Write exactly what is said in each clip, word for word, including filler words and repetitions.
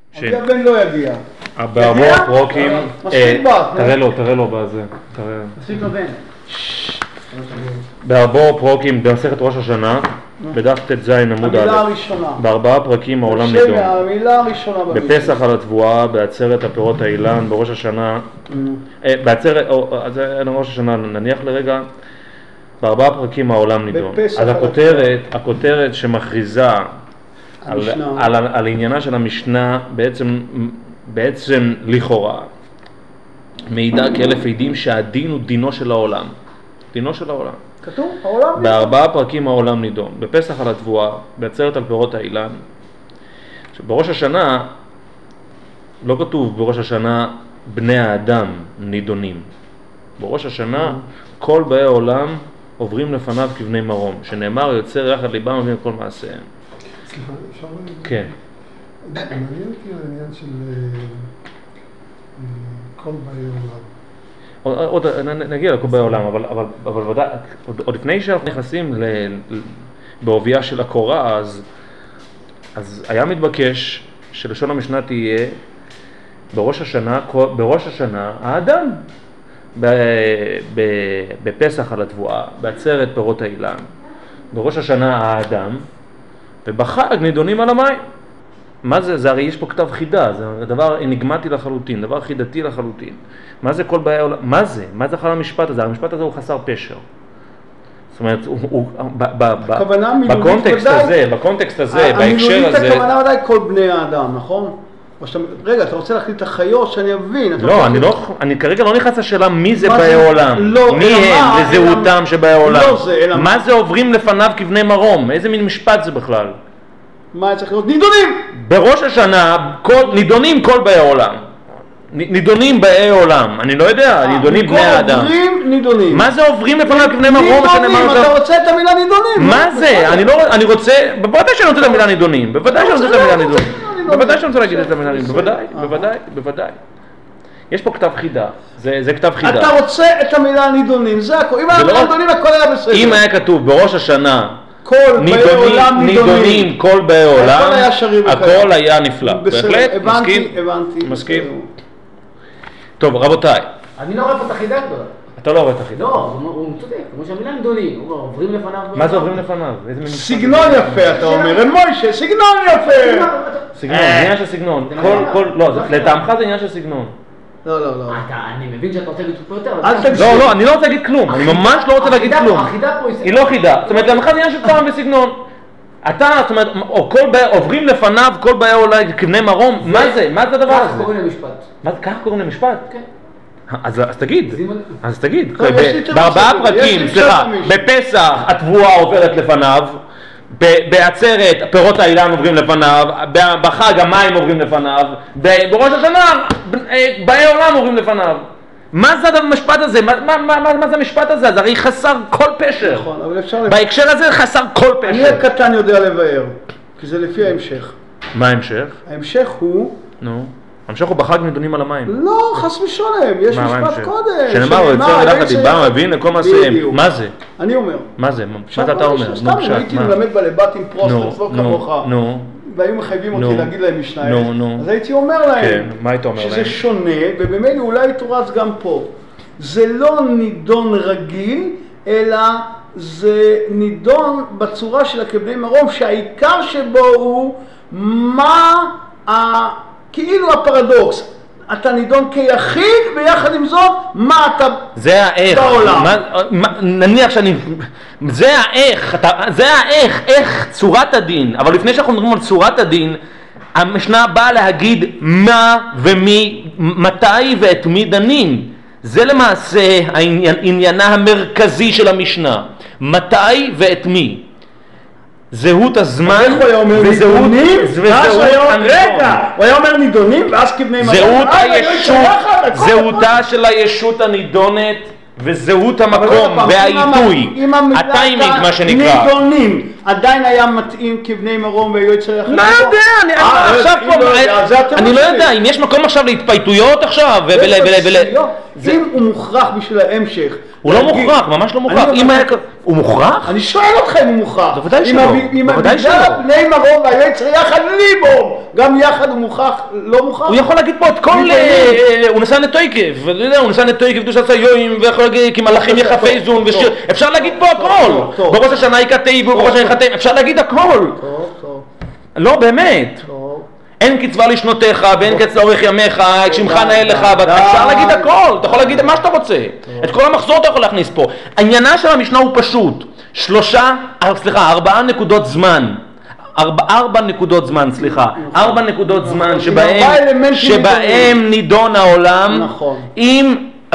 אבי הבן לא יגיע. בארבעה פרוקים, תראה לו, תראה לו בזה, תראה. מספיק לבן. בארבעה פרוקים, במסכת ראש השנה, בדף ט"ז עמוד א', המילה הראשונה. בארבעה פרקים העולם נידון. המילה הראשונה במילה. בפסח על התבואה, בעצרת הפירות האילן, בראש השנה, בעצרת, אז ראש השנה נניח לרגע, בארבעה פרקים העולם נידון. אז הכותרת, הכותרת שמכריזה על, על, על עניינה של המשנה, בעצם, בעצם לכאורה, מעידה כאלף עדים שהדין הוא דינו של העולם. דינו של העולם. כתוב, העולם נידון. בארבעה פרקים העולם נידון. בפסח על התבואה, בעצרת על פירות האילן. בראש השנה, לא כתוב בראש השנה בני האדם נידונים. בראש השנה, כל באי העולם עוברים לפניו כבני מרום, שנאמר יוצר יחד ליבם ומבין כל מעשיהם. סליחה, אפשר להגיד? כן. מעניין אותי העניין של כל באי העולם. עוד נגיע לכל באי העולם, אבל, אבל, אבל ודאי, עוד, עוד לפני שאנחנו נכנסים ל, בעובייה של הקורא, אז, אז היה מתבקש שלשון המשנה תהיה בראש השנה, בראש השנה האדם. בפסח על התבואה, בעצרת פירות האילן, בראש השנה האדם, ובחג נידונים על המים. מה זה? זה הרי יש פה כתב חידה, זה דבר אניגמטי לחלוטין, דבר חידתי לחלוטין. מה זה כל בעיה העולם? מה זה? מה זה חל המשפט הזה? המשפט הזה הוא חסר פשר. זאת אומרת, הוא, בקונטקסט הזה, בקונטקסט הזה, בהקשר הזה... המילולית הכוונה ודאי כל בני האדם, נכון? רגע, אתה רוצה להחליט את החיות שאני אבין? לא, אני לא, אני כרגע לא נכנס לשאלה מי זה באי העולם. מי הם לזהותם שבאי העולם. מה זה עוברים לפניו כבני מרום? איזה מין משפט זה בכלל? מה צריך להיות? נידונים! בראש השנה נידונים כל באי העולם. נידונים באי העולם. אני לא יודע, נידונים בני האדם. עוברים נידונים. מה זה עוברים לפניו כבני מרום? נידונים, אתה רוצה את המילה נידונים. מה זה? אני רוצה, בוודאי שאני רוצה את המילה נידונים. בוודאי שאני רוצה את המילה נידונים. בוודאי שאני רוצה להגיד את המילה נידונים. בוודאי, בוודאי, בוודאי. יש פה כתב חידה. זה כתב חידה. אתה רוצה את המילה נידונים. זה הכל. אם היה נידונים, הכל היה בסדר. אם היה כתוב בראש השנה נידונים, נידונים כל באי עולם, הכל היה נפלא. בהחלט, מסכים? הבנתי. מסכים? טוב, רבותיי. אני לא רואה פה את החידה גדולה. אתה לא רואה את החידה. לא, הוא צודק, כמו שהמילה נידונים, עוברים לפניו. מה זה עוברים לפניו? סגנון יפה, אתה אומר, מוישה, סגנון יפה. סגנון, עניין של סגנון. לא, לטעמך זה עניין של סגנון. לא, לא, לא. אני מבין שאתה רוצה להגיד פה יותר. לא, לא, אני לא רוצה להגיד כלום. אני ממש לא רוצה להגיד כלום. החידה פה היא לא חידה. זאת אומרת, למך זה עניין של טעם וסגנון. אתה, זאת אומרת, עוברים לפניו כל באי עולם כבני מרום. מה זה? מה זה הדבר הזה? ככה קוראים למשפט. מה זה? ככה קוראים למשפט? כן. אז תגיד, אז תגיד, בארבעה פרקים, סליחה, בפסח התבואה עוברת לפניו, בעצרת פירות האילן עוברים לפניו, בחג המים עוברים לפניו, בראש השנה באי עולם עוברים לפניו. מה זה המשפט הזה? מה זה המשפט הזה? זה הרי חסר כל פשר. נכון, אבל אפשר... בהקשר הזה חסר כל פשר. אני הקטן יודע לבאר, כי זה לפי ההמשך. מה ההמשך? ההמשך הוא... נו. המשך הוא בחג נידונים על המים. לא, חס ושלום, יש משפט קודם. שנאמר, הוא יוצר יחד ליבם, מבין לכל מעשיהם. מה זה? אני אומר. מה זה? מה זה אתה אומר? סתם, אם הייתי מלמד בלבטים פרוסט אצלו כמוך, והיו מחייבים אותי להגיד להם משנה, אז הייתי אומר להם, שזה שונה, ובמילא אולי תורץ גם פה. זה לא נידון רגיל, אלא זה נידון בצורה של הכבני מרום, שהעיקר שבו הוא מה ה... כאילו הפרדוקס, אתה נידון כיחיד, ויחד עם זאת, מה אתה זה האיך, בעולם. מה, מה, נניח שאני, זה האיך, אתה, זה האיך, איך צורת הדין, אבל לפני שאנחנו מדברים על צורת הדין, המשנה באה להגיד מה ומי, מתי ואת מי דנים. זה למעשה העניין, עניינה המרכזי של המשנה, מתי ואת מי. זהות הזמן וזהות רגע, הוא היה אומר נידונים ואז כבני מרום. זהות הישות, זהותה של הישות הנידונת וזהות המקום והעיתוי, הטיימינג מה שנקרא. נידונים עדיין היה מתאים כבני מרום ויוצר יחד. לא יודע, אני לא יודע אם יש מקום עכשיו להתפייטויות עכשיו. אם הוא מוכרח בשביל ההמשך הוא לא מוכרח, ממש לא מוכרח. הוא מוכרח? אני שואל אותך אם הוא מוכרח. בוודאי שלא. בוודאי שלא. בני מרום והיצר יחד ליבום, גם יחד הוא מוכרח, לא מוכרח? הוא יכול להגיד פה את כל... הוא נסע נטויקב, הוא נסע נטויקב, דוש עשה יואים, ויכול להגיד כי מלאכים יחפי איזון ושיר. אפשר להגיד פה הכל. בראש השנה יקתי ובראש השנה יקתי, אפשר להגיד הכל. לא, באמת. אין קצבה לשנותיך ואין קץ לאורך ימיך, שמך נהל לך, אפשר להגיד הכל, אתה יכול להגיד מה שאתה רוצה. את כל המחזור אתה יכול להכניס פה. העניינה של המשנה הוא פשוט. שלושה, סליחה, ארבעה נקודות זמן. ארבע נקודות זמן, סליחה. ארבע נקודות זמן שבהם נידון העולם עם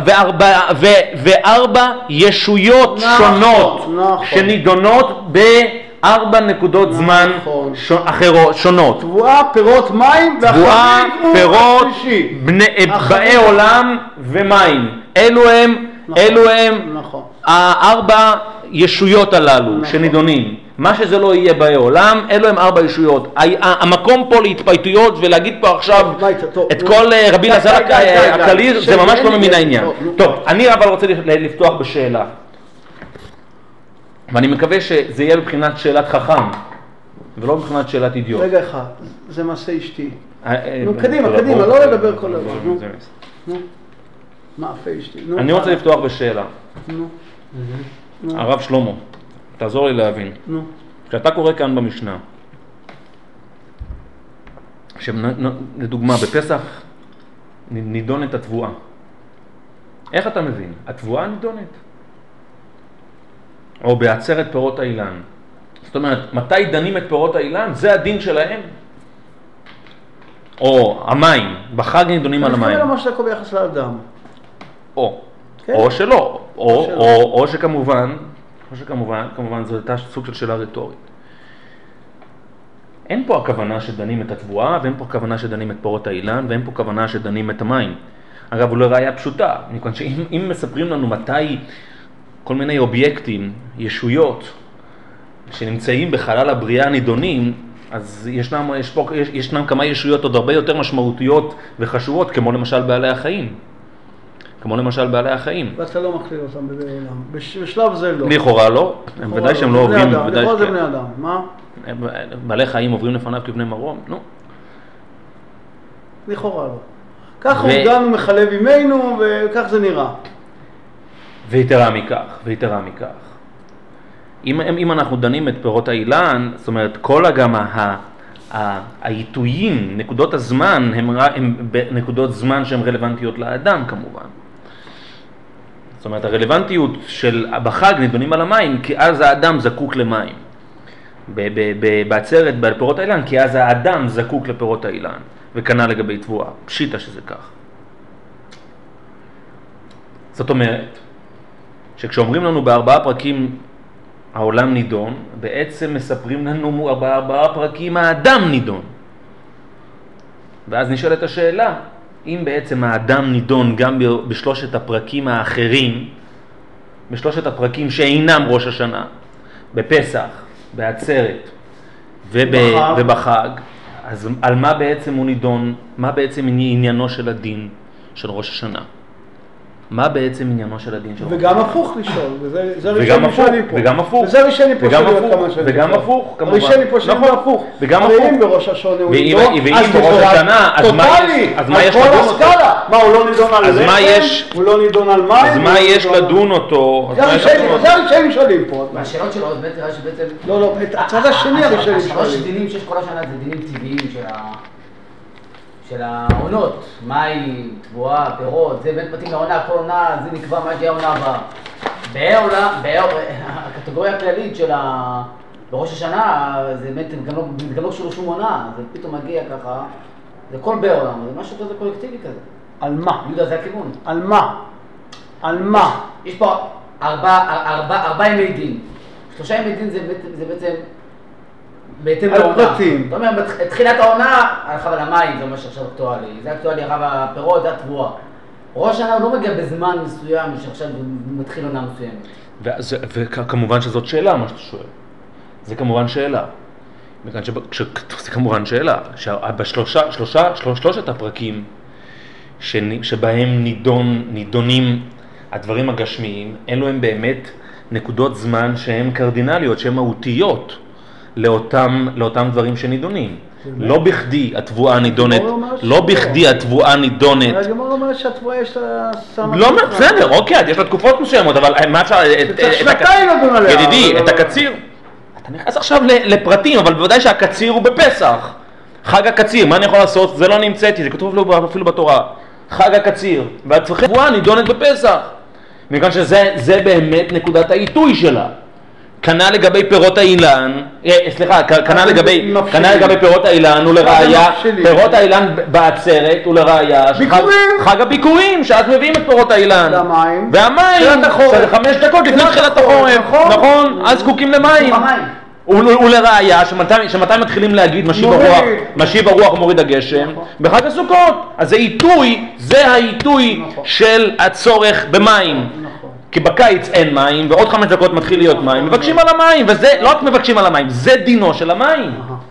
וארבע ישויות שונות שנידונות ב... ארבע נקודות זמן אחרות, שונות. תבואה, פירות, מים, תבואה, פירות, באי עולם ומים. אלו הם, אלו הם הארבע ישויות הללו שנידונים. מה שזה לא יהיה באי עולם, אלו הם ארבע ישויות. המקום פה להתפייטויות ולהגיד פה עכשיו את כל רבי אלעזר הכללי, זה ממש לא ממין העניין. טוב, אני אבל רוצה לפתוח בשאלה. ואני מקווה שזה יהיה מבחינת שאלת חכם, ולא מבחינת שאלת אידיוט. רגע אחד, זה מעשה אשתי. נו, קדימה, קדימה, לא לדבר כל דבר. נו, מעשה אשתי. אני רוצה לפתוח בשאלה. נו. הרב שלמה, תעזור לי להבין. נו. כשאתה קורא כאן במשנה, לדוגמה, בפסח נידונת התבואה. איך אתה מבין? התבואה נידונת? או בעצרת פירות האילן. זאת אומרת, מתי דנים את פירות האילן? זה הדין שלהם. או המים, בחג נידונים על המים. אני חושב למה שאתה קורא ביחס לאדם. או, או שלא, או שכמובן, או שכמובן, כמובן זו הייתה סוג של שאלה רטורית. אין פה הכוונה שדנים את התבואה, ואין פה הכוונה שדנים את פירות האילן, ואין פה כוונה שדנים את המים. אגב, הוא לא ראיה פשוטה, מכיוון שאם מספרים לנו מתי כל מיני אובייקטים, ישויות, שנמצאים בחלל הבריאה נידונים, אז ישנם, יש פה, יש, ישנם כמה ישויות עוד הרבה יותר משמעותיות וחשובות, כמו למשל בעלי החיים. כמו למשל בעלי החיים. ואתה לא מכליל אותם בבני עולם. בשלב זה לא. לכאורה לא. ודאי שהם לא עוברים. לכאורה זה בני אדם. מה? בעלי חיים עוברים לפניו כבני מרום? נו. לכאורה לא. כך הוא גם מחלב עמנו וכך זה נראה. ויתרה מכך, ויתרה מכך. אם, אם אנחנו דנים את פירות האילן, זאת אומרת, כל גם העיתויים, נקודות הזמן, הם, הם נקודות זמן שהן רלוונטיות לאדם כמובן. זאת אומרת, הרלוונטיות של בחג נידונים על המים, כי אז האדם זקוק למים. בעצרת בפירות האילן, כי אז האדם זקוק לפירות האילן, וכנ"ל לגבי תבואה. פשיטה שזה כך. זאת אומרת, שכשאומרים לנו בארבעה פרקים העולם נידון, בעצם מספרים לנו בארבעה פרקים האדם נידון. ואז נשאלת השאלה, אם בעצם האדם נידון גם בשלושת הפרקים האחרים, בשלושת הפרקים שאינם ראש השנה, בפסח, בעצרת ובחג, ובחג אז על מה בעצם הוא נידון? מה בעצם עניינו של הדין של ראש השנה? מה בעצם עניינו של הדין של ראש השנה? וגם הפוך לשאול, וזה ראשון ראשוני פה. וגם הפוך. וזה ראשוני פה שלי עוד כמה שנים. וגם הפוך, כמובן. ראשוני פה שלי הפוך. וגם הפוך. ואם בראש השונה הוא נידון, אז בראש השנה, אז מה יש לדון אותו? מה, הוא לא נידון על לחם? הוא לא נידון על מים? אז מה יש לדון אותו? זה הראשונים שואלים פה. והשאלות שלו, אז בעצם, שבעצם... לא, לא, הצד השני הראשונים שואלים. השלוש דינים שיש כל השנה זה דינים טבעיים של ה... של העונות, מים, תבואה, פירות, זה באמת מתאים לעונה, כל עונה, זה נקבע מה שיהיה העונה הבאה. בעולה, הקטגוריה הכללית של ה... בראש השנה, זה באמת גם לא קשור לשום עונה, זה פתאום מגיע ככה, זה כל בעולם, זה משהו כזה קולקטיבי כזה. על מה? יהודה, זה הכיוון. על מה? על מה? יש פה ארבעה ימי דין. שלושה ימי דין זה בעצם... בהתאם לעונה. זאת אומרת, תחילת העונה, הלכה על המים, זה מה שעכשיו אקטואלי. זה אקטואלי, הרב הפירות, זה התבואה. ראש השנה הוא לא מגיע בזמן מסוים, שעכשיו הוא מתחיל עונה מסוימת. וכמובן שזאת שאלה, מה שאתה שואל. זה כמובן שאלה. זה כמובן שאלה. בשלושת הפרקים שבהם נידונים הדברים הגשמיים, אלו הם באמת נקודות זמן שהן קרדינליות, שהן מהותיות לאותם, לאותם דברים שנידונים. לא בכדי התבואה נידונת, לא בכדי התבואה נידונת. הגמרא אומרת שהתבואה יש לה סמכות. לא, בסדר, אוקיי, יש לה תקופות מסוימות, אבל מה אפשר... שנתיים לדון עליה. ידידי, את הקציר, אתה נכנס עכשיו לפרטים, אבל בוודאי שהקציר הוא בפסח. חג הקציר, מה אני יכול לעשות? זה לא נמצאתי, זה כתוב לו אפילו בתורה. חג הקציר, והתבואה נידונת בפסח. מכאן שזה באמת נקודת העיתוי שלה. כנ"ל לגבי פירות האילן, סליחה, כנ"ל לגבי, כנ"ל לגבי פירות האילן ולראיה, פירות האילן בעצרת ולראיה, חג הביקורים, שאז מביאים את פירות האילן. והמים. והמים, זה חמש דקות לפני תחילת החורף, נכון? אז זקוקים למים. ולראיה, שמתי מתחילים להגיד משיב הרוח ומוריד הגשם? בחג הסוכות. אז זה עיתוי, זה העיתוי של הצורך במים. כי בקיץ אין מים, ועוד חמש דקות מתחיל להיות מים, מבקשים על המים, וזה לא רק מבקשים על המים, זה דינו של המים.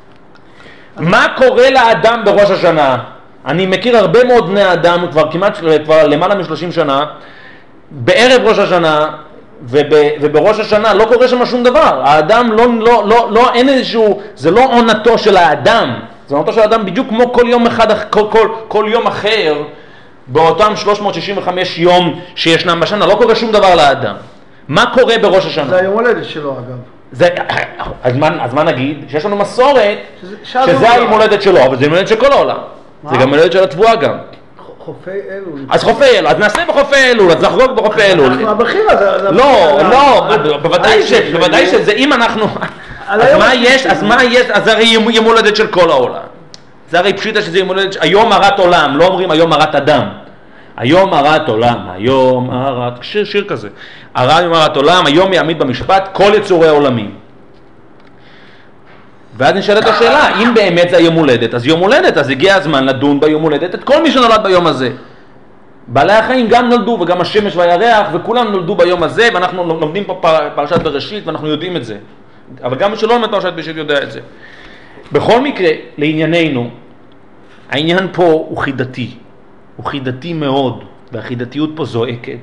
מה קורה לאדם בראש השנה? אני מכיר הרבה מאוד בני אדם, כבר כמעט, כבר למעלה מ-שלושים שנה, בערב ראש השנה, ובראש השנה לא קורה שם שום דבר. האדם לא, לא, לא, לא, אין איזשהו, זה לא עונתו של האדם, זה עונתו של האדם בדיוק כמו כל יום אחד, כל, כל, כל יום אחר, באותם שלוש מאות שישים וחמישה יום שישנם בשנה, לא קורה שום דבר לאדם. מה קורה בראש השנה? זה היום הולדת שלו אגב. זה, אז, מה, אז מה נגיד? שיש לנו מסורת שזה, שזה היום הולדת שלו, אבל זה הולדת של כל העולם. מה? זה גם הולדת של התבואה גם. חופי אלול. אז חופי אלול, אז נעשה בחופי אלול, אז נחגוג בחופי אלול. אנחנו הבחירה, זה... לא, לא, בוודאי שזה, אם אנחנו... אז מה יש, אז מה יש, אז זה הרי יום הולדת של כל העולם. זה הרי פשיטה שזה יום הולדת, היום הרת עולם, לא אומרים היום הרת אדם. היום הרת עולם, היום הרת, שיר, שיר כזה. היום הרת עולם, היום יעמיד במשפט כל יצורי העולמים. ואז נשאלת השאלה, אם באמת זה היום הולדת, אז יום הולדת, אז הגיע הזמן לדון ביום הולדת את כל מי שנולד ביום הזה. בעלי החיים גם נולדו, וגם השמש והירח, וכולם נולדו ביום הזה, ואנחנו לומדים פה פרשת בראשית, ואנחנו יודעים את זה. אבל גם מי שלא לומד פרשת בראשית יודע את זה. בכל מקרה, לענייננו, העניין פה הוא חידתי, הוא חידתי מאוד, והחידתיות פה זועקת.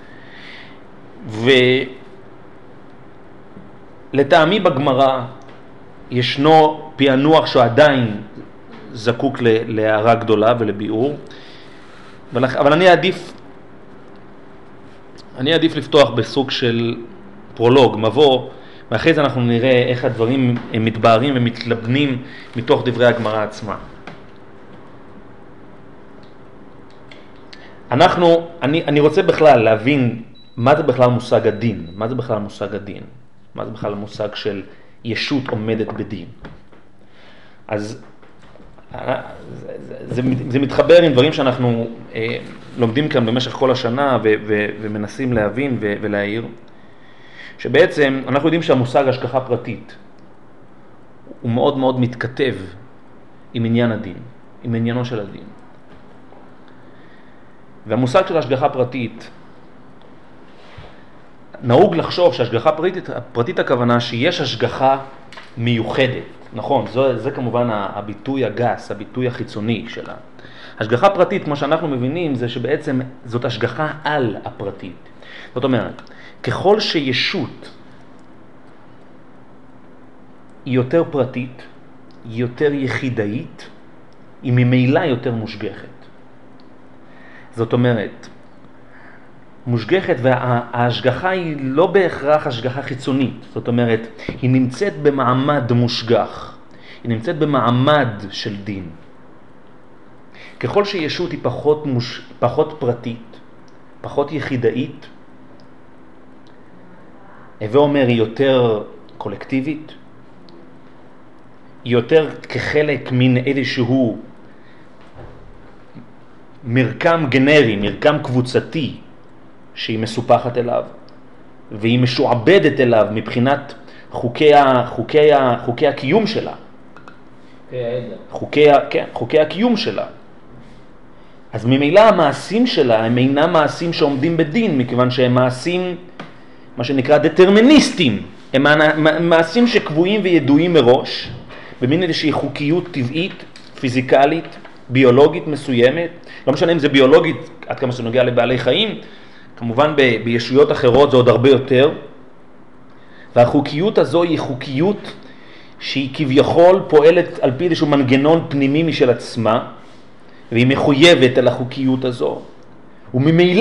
ולטעמי בגמרא ישנו פענוח שעדיין זקוק להערה גדולה ולביאור, אבל אני אעדיף, אני אעדיף לפתוח בסוג של פרולוג, מבוא, ואחרי זה אנחנו נראה איך הדברים הם מתבהרים ומתלבנים מתוך דברי הגמרא עצמה. אנחנו, אני, אני רוצה בכלל להבין מה זה בכלל מושג הדין, מה זה בכלל מושג הדין, מה זה בכלל המושג של ישות עומדת בדין. אז זה, זה, זה מתחבר עם דברים שאנחנו אה, לומדים כאן במשך כל השנה ו, ו, ומנסים להבין ו, ולהעיר, שבעצם אנחנו יודעים שהמושג השגחה פרטית הוא מאוד מאוד מתכתב עם עניין הדין, עם עניינו של הדין. והמושג של השגחה פרטית, נהוג לחשוב שהשגחה פרטית, פרטית הכוונה שיש השגחה מיוחדת, נכון, זה, זה כמובן הביטוי הגס, הביטוי החיצוני שלה. השגחה פרטית, כמו שאנחנו מבינים, זה שבעצם זאת השגחה על הפרטית. זאת אומרת, ככל שישות היא יותר פרטית, היא יותר יחידאית, היא ממילא יותר מושגחת. זאת אומרת, מושגחת וההשגחה היא לא בהכרח השגחה חיצונית. זאת אומרת, היא נמצאת במעמד מושגח. היא נמצאת במעמד של דין. ככל שישות היא פחות, מוש... פחות פרטית, פחות יחידאית, הווה אומר היא יותר קולקטיבית, היא יותר כחלק מן איזשהו מרקם גנרי, מרקם קבוצתי, שהיא מסופחת אליו, והיא משועבדת אליו מבחינת חוקי, ה, חוקי, ה, חוקי הקיום שלה. חוקי, כן, חוקי הקיום שלה. אז ממילא המעשים שלה הם אינם מעשים שעומדים בדין, מכיוון שהם מעשים, מה שנקרא דטרמיניסטים. הם מעשים שקבועים וידועים מראש, במין איזושהי חוקיות טבעית, פיזיקלית, ביולוגית מסוימת. לא משנה אם זה ביולוגית, עד כמה שנוגע לבעלי חיים, כמובן ב, בישויות אחרות זה עוד הרבה יותר, והחוקיות הזו היא חוקיות שהיא כביכול פועלת על פי איזשהו מנגנון פנימי משל עצמה, והיא מחויבת על החוקיות הזו, וממילא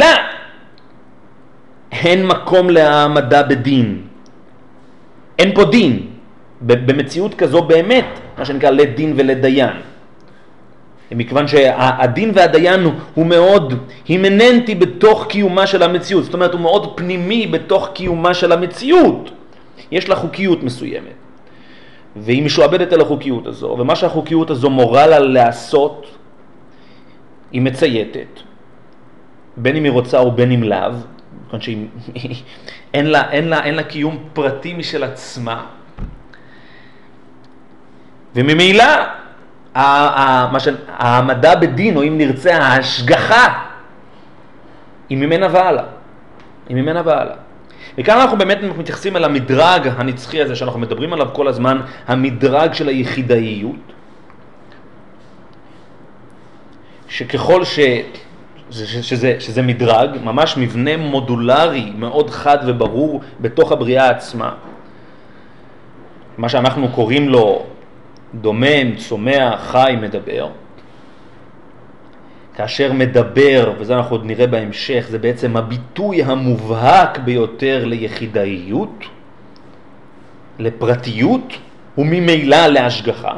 אין מקום להעמדה בדין. אין פה דין. במציאות כזו באמת, מה שנקרא לדין ולדיין. מכיוון שהדין והדיין הוא, הוא מאוד הימננטי בתוך קיומה של המציאות. זאת אומרת, הוא מאוד פנימי בתוך קיומה של המציאות. יש לה חוקיות מסוימת. והיא משועבדת על החוקיות הזו. ומה שהחוקיות הזו מורה לה לעשות, היא מצייתת. בין אם היא רוצה או בין אם לאו. מכיוון שאין לה, אין לה, אין לה קיום פרטי משל עצמה. וממילא, העמדה בדין, או אם נרצה, ההשגחה, היא ממנה והלאה. היא ממנה והלאה. וכאן אנחנו באמת מתייחסים אל המדרג הנצחי הזה, שאנחנו מדברים עליו כל הזמן, המדרג של היחידאיות. שככל ש... שזה, שזה מדרג, ממש מבנה מודולרי מאוד חד וברור בתוך הבריאה עצמה. מה שאנחנו קוראים לו דומם, צומח, חי, מדבר. כאשר מדבר, וזה אנחנו עוד נראה בהמשך, זה בעצם הביטוי המובהק ביותר ליחידאיות, לפרטיות וממילא להשגחה.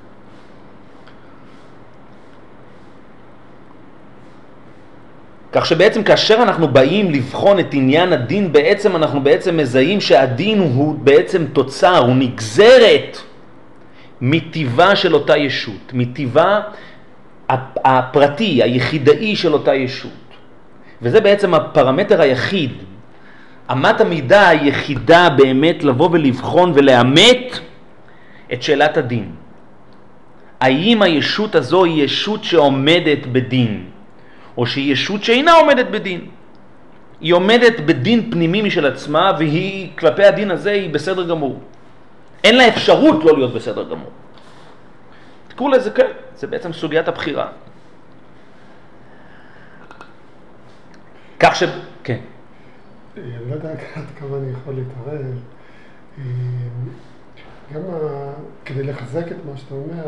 כך שבעצם כאשר אנחנו באים לבחון את עניין הדין, בעצם אנחנו בעצם מזהים שהדין הוא בעצם תוצר, הוא נגזרת מטבעה של אותה ישות, מטבעה הפרטי, היחידאי של אותה ישות. וזה בעצם הפרמטר היחיד, אמת המידה היחידה באמת לבוא ולבחון ולאמת את שאלת הדין. האם הישות הזו היא ישות שעומדת בדין? או שהיא ישות שאינה עומדת בדין. היא עומדת בדין פנימי משל עצמה, והיא, כלפי הדין הזה, היא בסדר גמור. אין לה אפשרות לא להיות בסדר גמור. תקראו לזה כן, זה בעצם סוגיית הבחירה. כך ש... כן. אני לא יודע עד כמה אני יכול להתערב. גם כדי לחזק את מה שאתה אומר,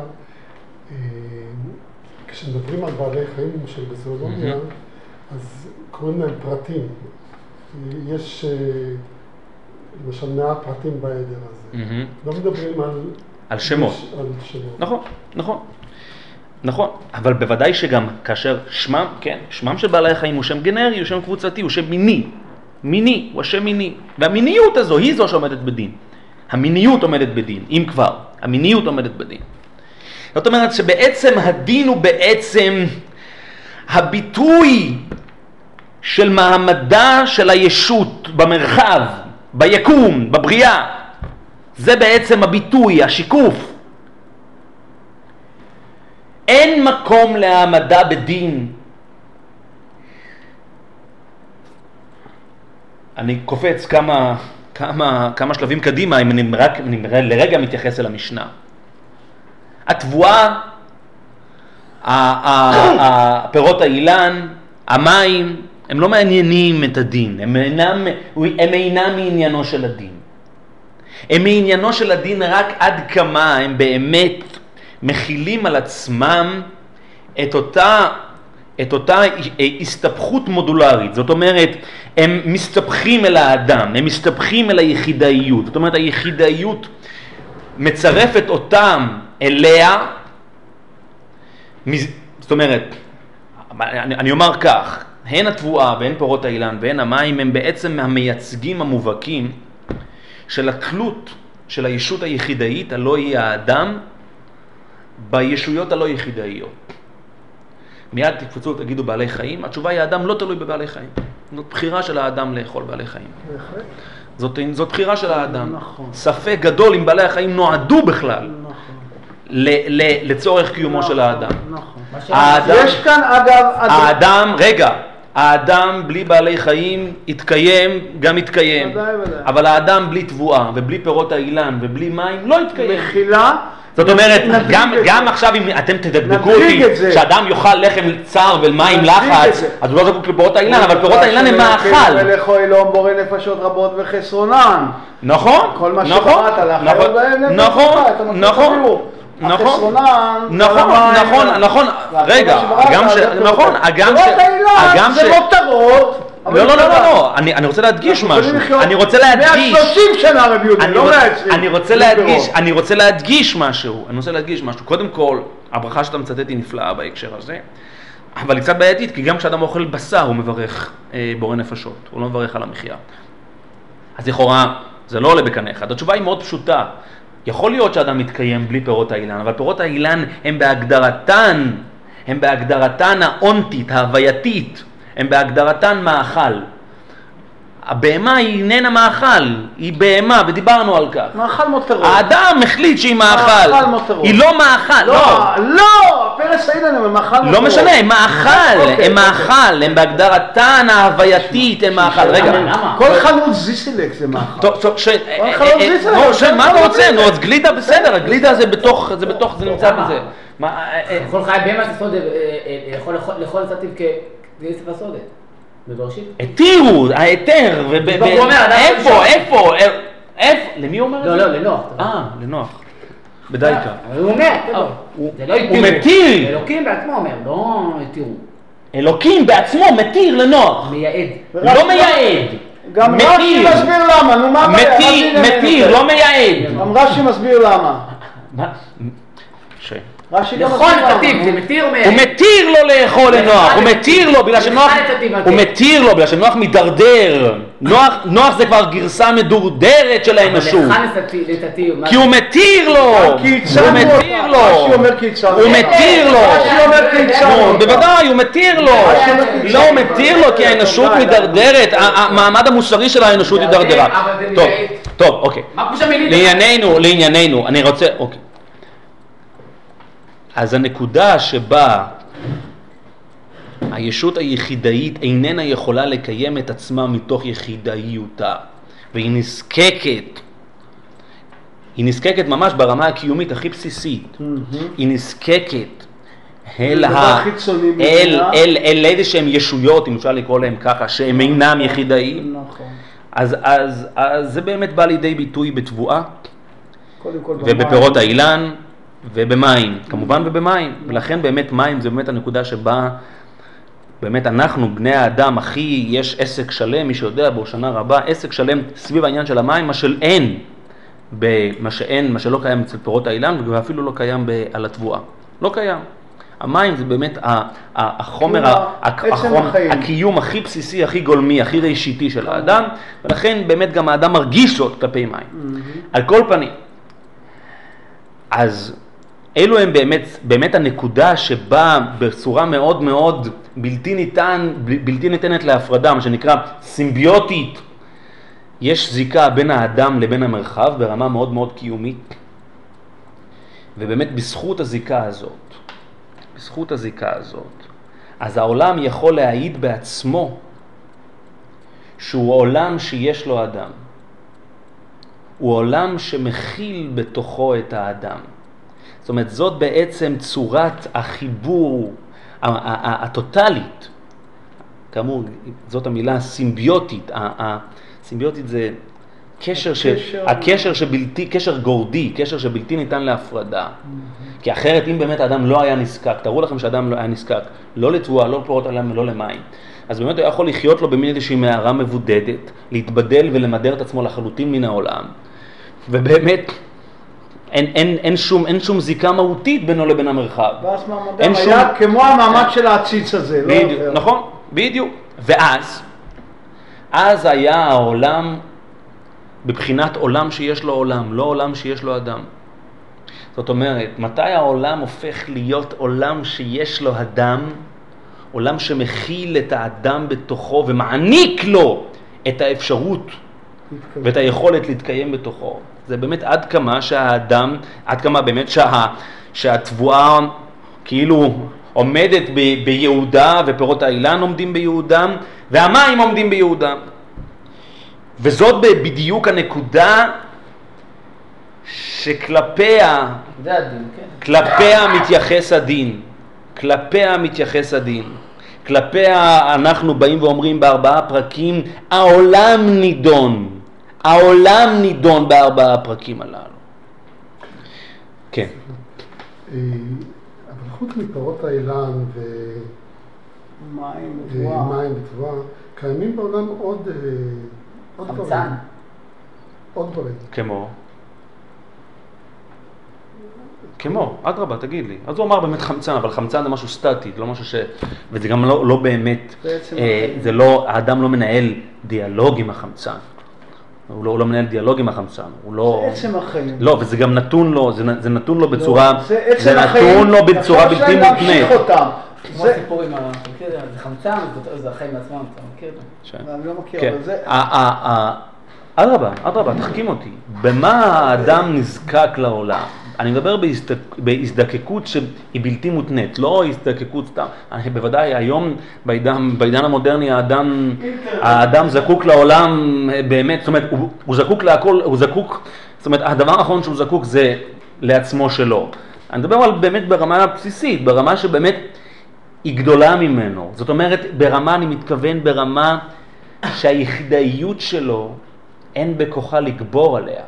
כשמדברים על בעלי חיים של בזואולוגיה, אז קוראים להם פרטים. יש למשל מאה פרטים בעדר הזה. לא מדברים על... על שמות. על שמות. נכון, נכון. נכון, אבל בוודאי שגם כאשר שמם, כן, שמם של בעלי חיים הוא שם גנרי, הוא שם קבוצתי, הוא שם מיני. מיני, הוא השם מיני. והמיניות הזו היא זו שעומדת בדין. המיניות עומדת בדין, אם כבר. המיניות עומדת בדין. זאת אומרת שבעצם הדין הוא בעצם הביטוי של מעמדה של הישות במרחב, ביקום, בבריאה. זה בעצם הביטוי, השיקוף. אין מקום להעמדה בדין. אני קופץ כמה, כמה, כמה שלבים קדימה, אם אני רק אני לרגע מתייחס אל המשנה. התבואה, הפירות האילן, המים, הם לא מעניינים את הדין, הם אינם, הם אינם מעניינו של הדין. הם מעניינו של הדין רק עד כמה הם באמת מכילים על עצמם את אותה, את אותה הסתבכות מודולרית. זאת אומרת, הם מסתבכים אל האדם, הם מסתבכים אל היחידאיות. זאת אומרת, היחידאיות מצרפת אותם אליה, זאת אומרת, אני, אני אומר כך, הן התבואה והן פירות האילן והן המים הם בעצם המייצגים המובהקים של התלות של הישות היחידאית, הלא היא האדם, בישויות הלא יחידאיות. מיד תקפצו ותגידו בעלי חיים, התשובה היא האדם לא תלוי בבעלי חיים. זאת בחירה של האדם לאכול בעלי חיים. זאת, זאת בחירה של האדם. נכון. ספק גדול אם בעלי החיים נועדו בכלל. נכון. ל, ל, לצורך קיומו נכון, של האדם. נכון. האדם, יש כאן אגב... האדם, רגע, האדם בלי בעלי חיים יתקיים, גם יתקיים. ודאי, ודאי. אבל האדם בלי תבואה ובלי פירות האילן ובלי מים לא יתקיים. מחילה, זאת אומרת, גם, גם עכשיו אם אתם תדקדקו אותי שאדם יאכל לחם צר ומים לחץ, אז הוא לא זקוק לפירות האילן, אבל פירות האילן הם מאכל. ולכו אלוהים בורא נפשות רבות וחסרונן. נכון, כל מה שבאת לאחר בהם נפש נכון, נכון, נכון, נכון, נכון, נכון, רגע, גם ש... נכון, הגם ש... הגם ש... זה מותרות. לא, לא, לא, לא, אני רוצה להדגיש משהו, אני רוצה להדגיש, מאה ושלושים שנה רבי יהודה, לא מאה ועשרים. אני רוצה להדגיש, אני רוצה להדגיש משהו, אני רוצה להדגיש משהו, קודם כל, הברכה שאתה מצטט היא נפלאה בהקשר הזה, אבל היא קצת בעייתית, כי גם כשאדם אוכל בשר הוא מברך בורא נפשות, הוא לא מברך על המחיה. אז לכאורה, זה לא עולה בקנה אחד, התשובה היא מאוד פשוטה, יכול להיות שאדם מתקיים בלי פירות האילן, אבל פירות האילן הם בהגדרתן, הם בהגדרתן האונטית, ההווייתית, הם בהגדרתן מאכל. הבהמה היא איננה מאכל, היא בהמה, ודיברנו על כך. מאכל מותרות. האדם החליט שהיא מאכל. מאכל מותרות. היא לא מאכל, לא. לא, לא, פרס האילן הם מאכל מותרות. לא משנה, הם מאכל, הם מאכל, הם בהגדרתן ההווייתית, הם מאכל. רגע, כל חנות זיסילק זה מאכל. טוב, טוב, ש... מה אתה רוצה? נו, אז גלידה בסדר, הגלידה זה בתוך, זה בתוך, זה נמצא בזה. כל חי בהמה תסוד, לכל לצאתיו כ... זה יסף הסודת, בבראשית. התירו, ההיתר, איפה, איפה, איפה, למי הוא אומר את זה? לא, לא, לנוח. אה, לנוח, בדייקה. הוא אומר, זה לא התירו. הוא מתיר. אלוקים בעצמו אומר, לא התירו. אלוקים בעצמו מתיר לנוח. מייעד. לא מייעד. גם רש"י מסביר למה, נו מה בעיה? מתיר, מתיר, לא מייעד. גם רש"י מסביר למה. מה? לכל נתיב, זה מתיר או מייעד? הוא מתיר לו לאכול לנוח, הוא מתיר לו בגלל שנוח, הוא מתיר לו בגלל שנוח מדרדר, נוח זה כבר גרסה מדורדרת של האנושות, כי הוא מתיר לו, הוא מתיר לו, הוא מתיר לו, בוודאי הוא מתיר לו, לא הוא מתיר לו כי האנושות מדרדרת, המעמד המוסרי של האנושות מדרדרה. טוב, טוב, אוקיי, לענייננו, לענייננו, אני רוצה, אוקיי. אז הנקודה שבה הישות היחידאית איננה יכולה לקיים את עצמה מתוך יחידאיותה, והיא נזקקת, היא נזקקת ממש ברמה הקיומית הכי בסיסית, mm-hmm. היא נזקקת אל, ה... אל, אל, אל איזה שהם ישויות, אם אפשר לקרוא להם ככה, שהם אינם יחידאיים, נכון. אז, אז, אז זה באמת בא לידי ביטוי בתבואה, ובפירות האילן, ובמים, כמובן ובמים, ולכן באמת מים זה באמת הנקודה שבה באמת אנחנו, בני האדם, הכי יש עסק שלם, מי שיודע בו שנה רבה, עסק שלם סביב העניין של המים, מה של אין, מה שאין, מה שלא קיים אצל פירות האילן, ואפילו לא קיים על התבואה, לא קיים. המים זה באמת החומר, הקיום הכי בסיסי, הכי גולמי, הכי ראשיתי של האדם, ולכן באמת גם האדם מרגיש זאת כלפי מים. על כל פנים, אז אלו הם באמת, באמת הנקודה שבה בצורה מאוד מאוד בלתי ניתן, בלתי ניתנת להפרדה, מה שנקרא סימביוטית, יש זיקה בין האדם לבין המרחב ברמה מאוד מאוד קיומית, ובאמת בזכות הזיקה הזאת, בזכות הזיקה הזאת, אז העולם יכול להעיד בעצמו שהוא עולם שיש לו אדם, הוא עולם שמכיל בתוכו את האדם. זאת אומרת, זאת בעצם צורת החיבור הטוטלית, כאמור, זאת המילה סימביוטית, הסימביוטית זה קשר, ש... הקשר שבלתי, קשר גורדי, קשר שבלתי ניתן להפרדה, כי אחרת אם באמת האדם לא היה נזקק, תראו לכם שהאדם לא היה נזקק, לא לתבואה, לא לפירות האילן ולא למים, אז באמת הוא יכול לחיות לו במין איזושהי מערה מבודדת, להתבדל ולמדר את עצמו לחלוטין מן העולם, ובאמת אין, אין, אין, שום, אין שום זיקה מהותית בינו לבין המרחב. ואז מעמדם היה שום... כמו המעמד של העציץ הזה. בדיוק, לא נכון, בדיוק. ואז, אז היה העולם בבחינת עולם שיש לו עולם, לא עולם שיש לו אדם. זאת אומרת, מתי העולם הופך להיות עולם שיש לו אדם, עולם שמכיל את האדם בתוכו ומעניק לו את האפשרות ואת היכולת להתקיים בתוכו. זה באמת עד כמה שהאדם, עד כמה באמת שה, שהתבואה כאילו עומדת ב, ביהודה ופירות האילן עומדים ביהודם והמים עומדים ביהודם. וזאת בדיוק הנקודה שכלפיה זה הדין, כן. כלפיה מתייחס הדין, כלפיה מתייחס הדין. כלפיה אנחנו באים ואומרים בארבעה פרקים, העולם נידון, העולם נידון בארבעה הפרקים הללו. כן. אבל חוץ מפירות האילן ומים ותבואה, קיימים בעולם עוד חמצן. עוד דברים. כמו? כמו, אדרבה, תגיד לי. אז הוא אמר באמת חמצן, אבל חמצן זה משהו סטטי, לא משהו ש... וזה גם לא, לא באמת, אה, זה לא, האדם לא מנהל דיאלוג עם החמצן. הוא לא, הוא לא מנהל דיאלוג עם החמצן, הוא לא... זה עצם החיים. לא, וזה גם נתון לו, זה, זה נתון לו בצורה... לא, זה עצם זה החיים. נתון לו בצורה בלתי מותנית. כמו הסיפור עם ה... זה חמצן, זה החיים לעצמם, אתה מכיר את זה? אני לא מכיר, אבל זה... אדרבה, אדרבה, תחכים אותי. במה האדם נזקק לעולם? אני מדבר בהזדקקות שהיא בלתי מותנית, לא הזדקקות סתם. בוודאי היום בעידן, בעידן המודרני האדם, האדם זקוק לעולם באמת, זאת אומרת, הוא, הוא זקוק להכל, הוא זקוק, זאת אומרת, הדבר האחרון שהוא זקוק זה לעצמו שלו. אני מדבר על באמת ברמה הבסיסית, ברמה שבאמת היא גדולה ממנו. זאת אומרת, ברמה, אני מתכוון ברמה שהיחידאיות שלו אין בכוחה לגבור עליה.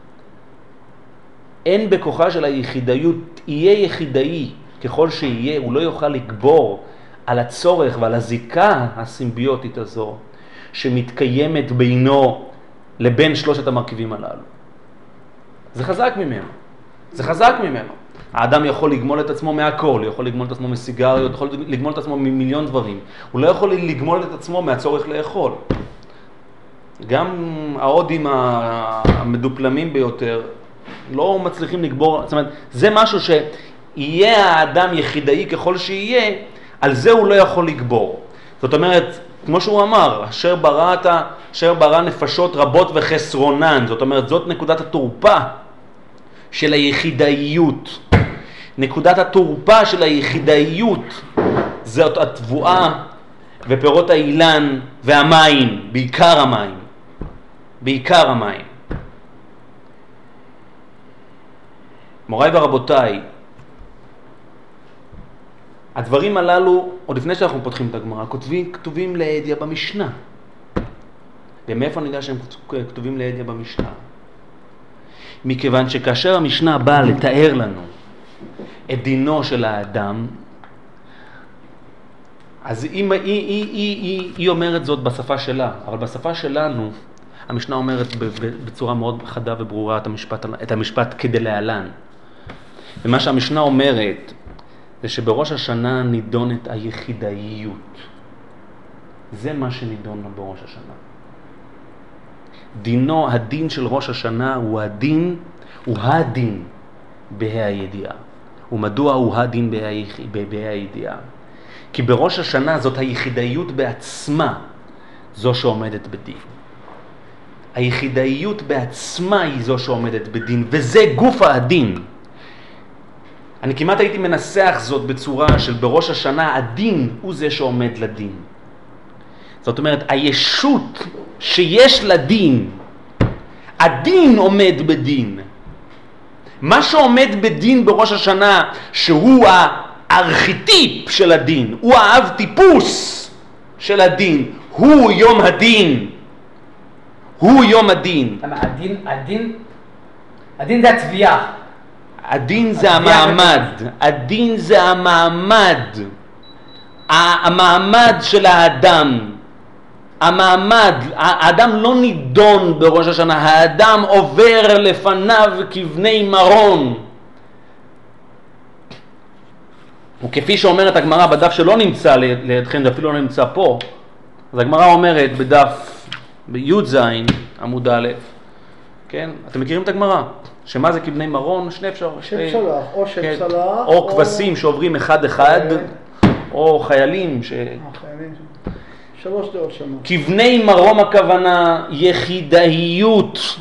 אין בכוחה של היחידאיות, יהיה יחידאי ככל שיהיה, הוא לא יוכל לגבור על הצורך ועל הזיקה הסימביוטית הזו שמתקיימת בינו לבין שלושת המרכיבים הללו. זה חזק ממנו, זה חזק ממנו. האדם יכול לגמול את עצמו מהכל, יכול לגמול את עצמו מסיגריות, יכול לגמול את עצמו ממיליון דברים. הוא לא יכול לגמול את עצמו מהצורך לאכול. גם ההודים המדופלמים ביותר לא מצליחים לגבור, זאת אומרת, זה משהו שיהיה האדם יחידאי ככל שיהיה, על זה הוא לא יכול לגבור. זאת אומרת, כמו שהוא אמר, אשר בראת, אשר ברא נפשות רבות וחסרונן, זאת אומרת, זאת נקודת התורפה של היחידאיות. נקודת התורפה של היחידאיות, זאת התבואה ופירות האילן והמים, בעיקר המים. בעיקר המים. מוריי ורבותיי, הדברים הללו, עוד לפני שאנחנו פותחים את הגמרא, כתובים, כתובים לידיעה במשנה. ומאיפה אני יודע שהם כתובים לידיעה במשנה? מכיוון שכאשר המשנה באה לתאר לנו את דינו של האדם, אז היא, היא, היא, היא, היא, היא אומרת זאת בשפה שלה, אבל בשפה שלנו, המשנה אומרת בצורה מאוד חדה וברורה את המשפט, את המשפט כדי להלן. ומה שהמשנה אומרת, זה שבראש השנה נידונת היחידאיות. זה מה שנידון בראש השנה. דינו, הדין של ראש השנה הוא הדין, הוא הדין בה"א הידיעה. ומדוע הוא הדין בה"א הידיעה? כי בראש השנה זאת היחידאיות בעצמה, זו שעומדת בדין. היחידאיות בעצמה היא זו שעומדת בדין, וזה גוף הדין. אני כמעט הייתי מנסח זאת בצורה של בראש השנה, הדין הוא זה שעומד לדין. זאת אומרת, הישות שיש לדין, הדין עומד בדין. מה שעומד בדין בראש השנה, שהוא הארכיטיפ של הדין, הוא האב טיפוס של הדין, הוא יום הדין. הוא יום הדין. הדין, הדין, הדין זה התביעה. הדין זה המעמד, הדין זה המעמד, המעמד של האדם, המעמד, האדם לא נידון בראש השנה, האדם עובר לפניו כבני מרון. וכפי שאומרת הגמרא בדף שלא נמצא לידכם, זה אפילו לא נמצא פה, אז הגמרא אומרת בדף בי' ז' עמוד א', כן? אתם מכירים את הגמרא? שמה זה כבני מרון? שני אפשר. שני שלח, או שם שלח. או כבשים שעוברים אחד אחד, או חיילים ש... חיילים. שלוש דעות שונות. כבני מרום הכוונה יחידאיות.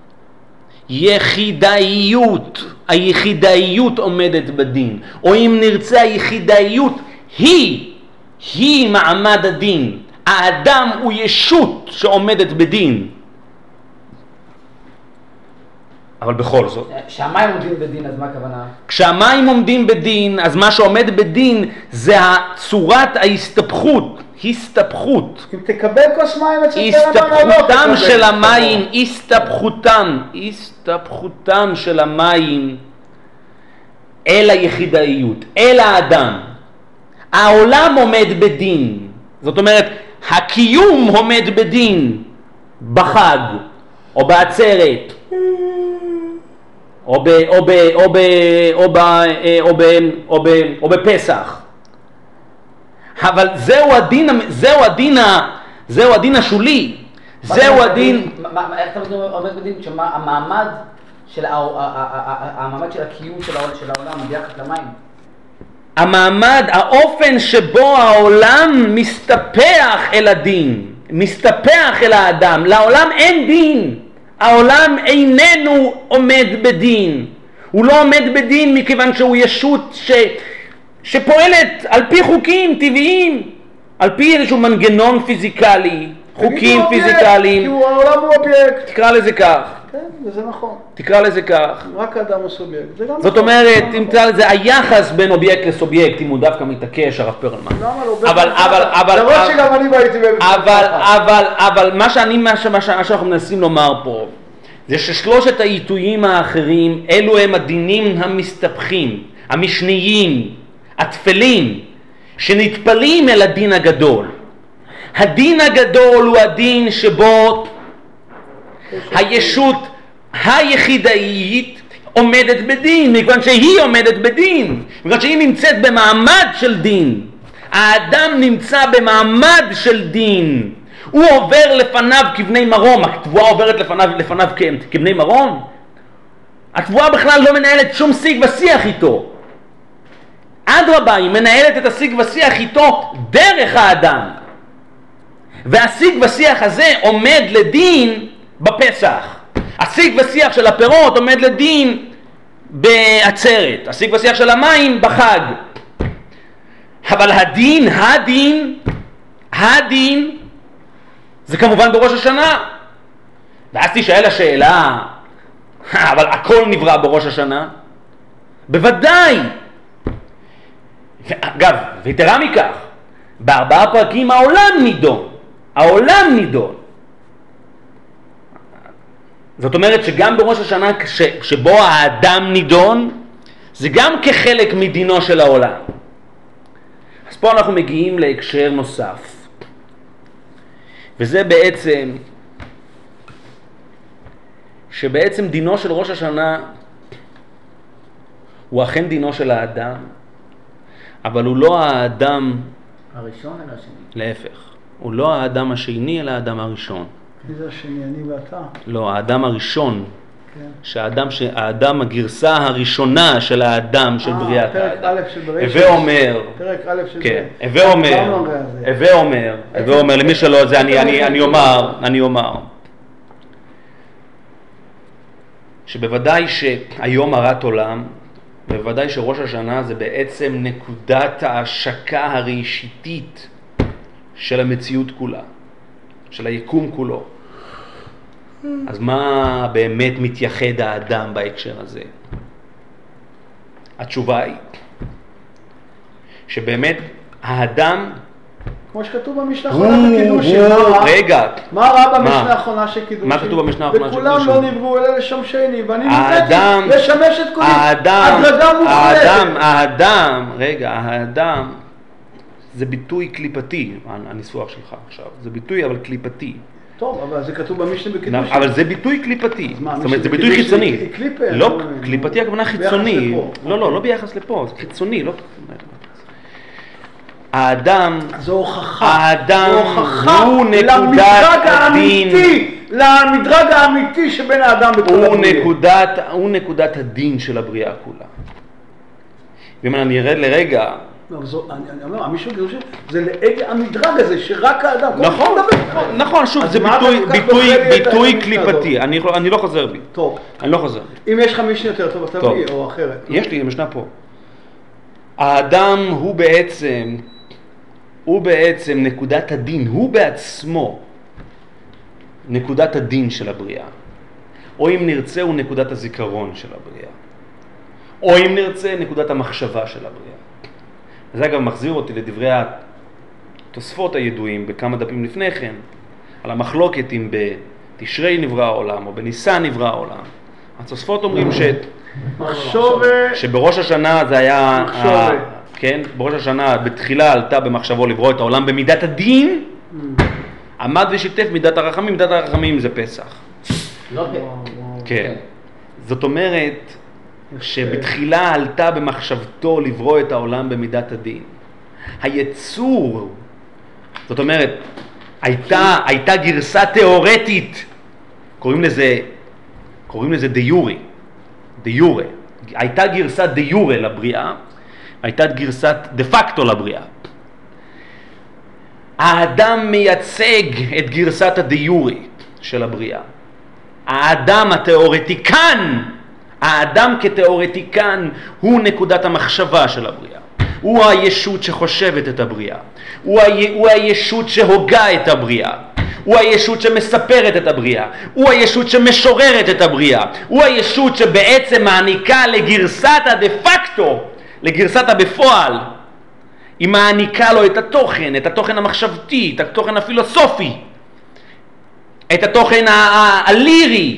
יחידאיות. היחידאיות עומדת בדין. או אם נרצה היחידאיות היא, היא מעמד הדין. האדם הוא ישות שעומדת בדין. אבל בכל זאת. כשהמים עומדים בדין, אז מה הכוונה? כשהמים עומדים בדין, אז מה שעומד בדין זה צורת ההסתבכות, הסתבכות. אם תקבל כוס מים אצל הסתבכותם של המים, הסתבכותם, הסתבכותם של המים אל היחידאיות, אל האדם. העולם עומד בדין, זאת אומרת, הקיום עומד בדין בחג או בעצרת. או ב או ב או ב או ב או ב או ב או בפסח. אבל זהו הדין, זהו הדין, זהו הדין השולי. זהו הדין. איך אתה עומד בדין שהמעמד של המעמד של הקיום של העולם ביחס למים? המעמד, האופן שבו העולם מסתפח אל הדין, מסתפח אל האדם. לעולם אין דין. העולם איננו עומד בדין. הוא לא עומד בדין מכיוון שהוא ישות ש... שפועלת על פי חוקים טבעיים, על פי איזשהו מנגנון פיזיקלי, חוקים פיזיקליים. כי העולם הוא אובייקט. תקרא לזה כך. כן, וזה נכון. תקרא לזה כך. רק האדם הוא סובייקט. זאת אומרת, אם תקרא לזה, היחס בין אובייקט לסובייקט, אם הוא דווקא מתעקש, הרב פרלמן. למה לא? אבל, אבל, אבל, למרות שגם אני הייתי בבית. אבל, אבל, אבל, מה שאני, מה שאנחנו מנסים לומר פה, זה ששלושת העיתויים האחרים, אלו הם הדינים המסתבכים, המשניים, התפלים, שנטפלים אל הדין הגדול. הדין הגדול הוא הדין שבו הישות היחידאית עומדת בדין, מכיוון שהיא עומדת בדין, מכיוון שהיא נמצאת במעמד של דין. האדם נמצא במעמד של דין. הוא עובר לפניו כבני מרום, התבואה עוברת לפניו, לפניו כבני מרום. התבואה בכלל לא מנהלת שום שיג ושיח איתו. אדרבה, היא מנהלת את השיג ושיח איתו דרך האדם. והשיג ושיח הזה עומד לדין בפסח. השיג ושיח של הפירות עומד לדין בעצרת. השיג ושיח של המים בחג. אבל הדין, הדין, הדין, זה כמובן בראש השנה. ואז תשאל השאלה, אבל הכל נברא בראש השנה? בוודאי. אגב, ויתרה מכך, בארבעה פרקים העולם נידון. העולם נידון. זאת אומרת שגם בראש השנה שבו האדם נידון, זה גם כחלק מדינו של העולם. אז פה אנחנו מגיעים להקשר נוסף. וזה בעצם, שבעצם דינו של ראש השנה הוא אכן דינו של האדם, אבל הוא לא האדם הראשון אלא השני. להפך, הוא לא האדם השני אלא האדם הראשון. מי זה השני, אני ואתה? לא, האדם הראשון. כן. שהאדם, האדם הגרסה הראשונה של האדם של בריאת האדם. פרק א' של בראשית. הווה אומר. פרק א' של כן. הווה אומר. הווה אומר. הווה אומר, למי שלא זה, אני, אני, אני אומר, אני אומר. שבוודאי שהיום הרת עולם, בוודאי שראש השנה זה בעצם נקודת ההשקה הראשיתית של המציאות כולה, של היקום כולו. אז מה באמת מתייחד האדם בהקשר הזה? התשובה היא שבאמת האדם, כמו שכתוב במשנה האחרונה שקידושים, רגע, מה ראה במשנה האחרונה שקידושים? מה כתוב במשנה האחרונה שקידושים? וכולם לא נבראו אלא לשמשני, ואני נתתי לשמש את כולי. הדרגה מוחלטת. האדם, האדם, רגע, האדם זה ביטוי קליפתי, הניסוח שלך עכשיו, זה ביטוי אבל קליפתי. טוב, אבל זה כתוב במשנה בקידושים. אבל זה ביטוי קליפתי, זאת אומרת, זה ביטוי חיצוני. לא, קליפתי הכוונה חיצוני. לא, לא, לא ביחס לפה, זה חיצוני, לא... האדם, זו הוכחה, האדם הוא נקודת הדין, למדרג האמיתי שבין האדם וכל הבריאה. הוא נקודת הדין של הבריאה כולה. ואם אני ארד לרגע, אני אומר, מישהו גירושים, זה לעגל המדרג הזה, שרק האדם... נכון, נכון, שוב, זה ביטוי קליפתי, אני לא חוזר בי. טוב. אני לא חוזר בי. אם יש לך משנה יותר טוב, אתה בי או אחרת. יש לי משנה פה. האדם הוא בעצם, הוא בעצם נקודת הדין, הוא בעצמו נקודת הדין של הבריאה. או אם נרצה הוא נקודת הזיכרון של הבריאה, או אם נרצה נקודת המחשבה של הבריאה. זה אגב מחזיר אותי לדברי התוספות הידועים בכמה דפים לפני כן, על המחלוקת אם בתשרי נברא העולם או בניסן נברא העולם. התוספות אומרים ש... מחשבה... שבראש השנה זה היה... מחשבה. כן, בראש השנה בתחילה עלתה במחשבו לברוא את העולם במידת הדין, עמד ושיתף מידת הרחמים, מידת הרחמים זה פסח. לא כן. זאת אומרת שבתחילה עלתה במחשבתו לברוא את העולם במידת הדין. היצור, זאת אומרת, הייתה, הייתה גרסה תיאורטית, קוראים לזה, קוראים לזה דיורי, דיורי. הייתה גרסה דיורי לבריאה, הייתה גרסת דה פקטו לבריאה. האדם מייצג את גרסת הדיורי של הבריאה. האדם התיאורטיקן, האדם כתיאורטיקן הוא נקודת המחשבה של הבריאה. הוא הישות שחושבת את הבריאה. הוא, ה... הוא הישות שהוגה את הבריאה. הוא הישות שמספרת את הבריאה. הוא הישות שמשוררת את הבריאה. הוא הישות שבעצם מעניקה לגרסת הדה פקטו, לגרסת הבפועל, היא מעניקה לו את התוכן, את התוכן המחשבתי, את התוכן הפילוסופי, את התוכן הלירי.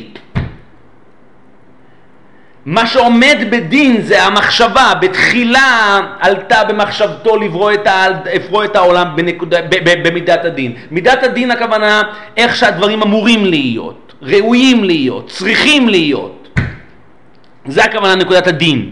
מה שעומד בדין זה המחשבה. בתחילה עלתה במחשבתו לברוא את, לברוא את העולם בנקודה, ב, ב, במידת הדין. מידת הדין הכוונה איך שהדברים אמורים להיות, ראויים להיות, צריכים להיות. זה הכוונה נקודת הדין.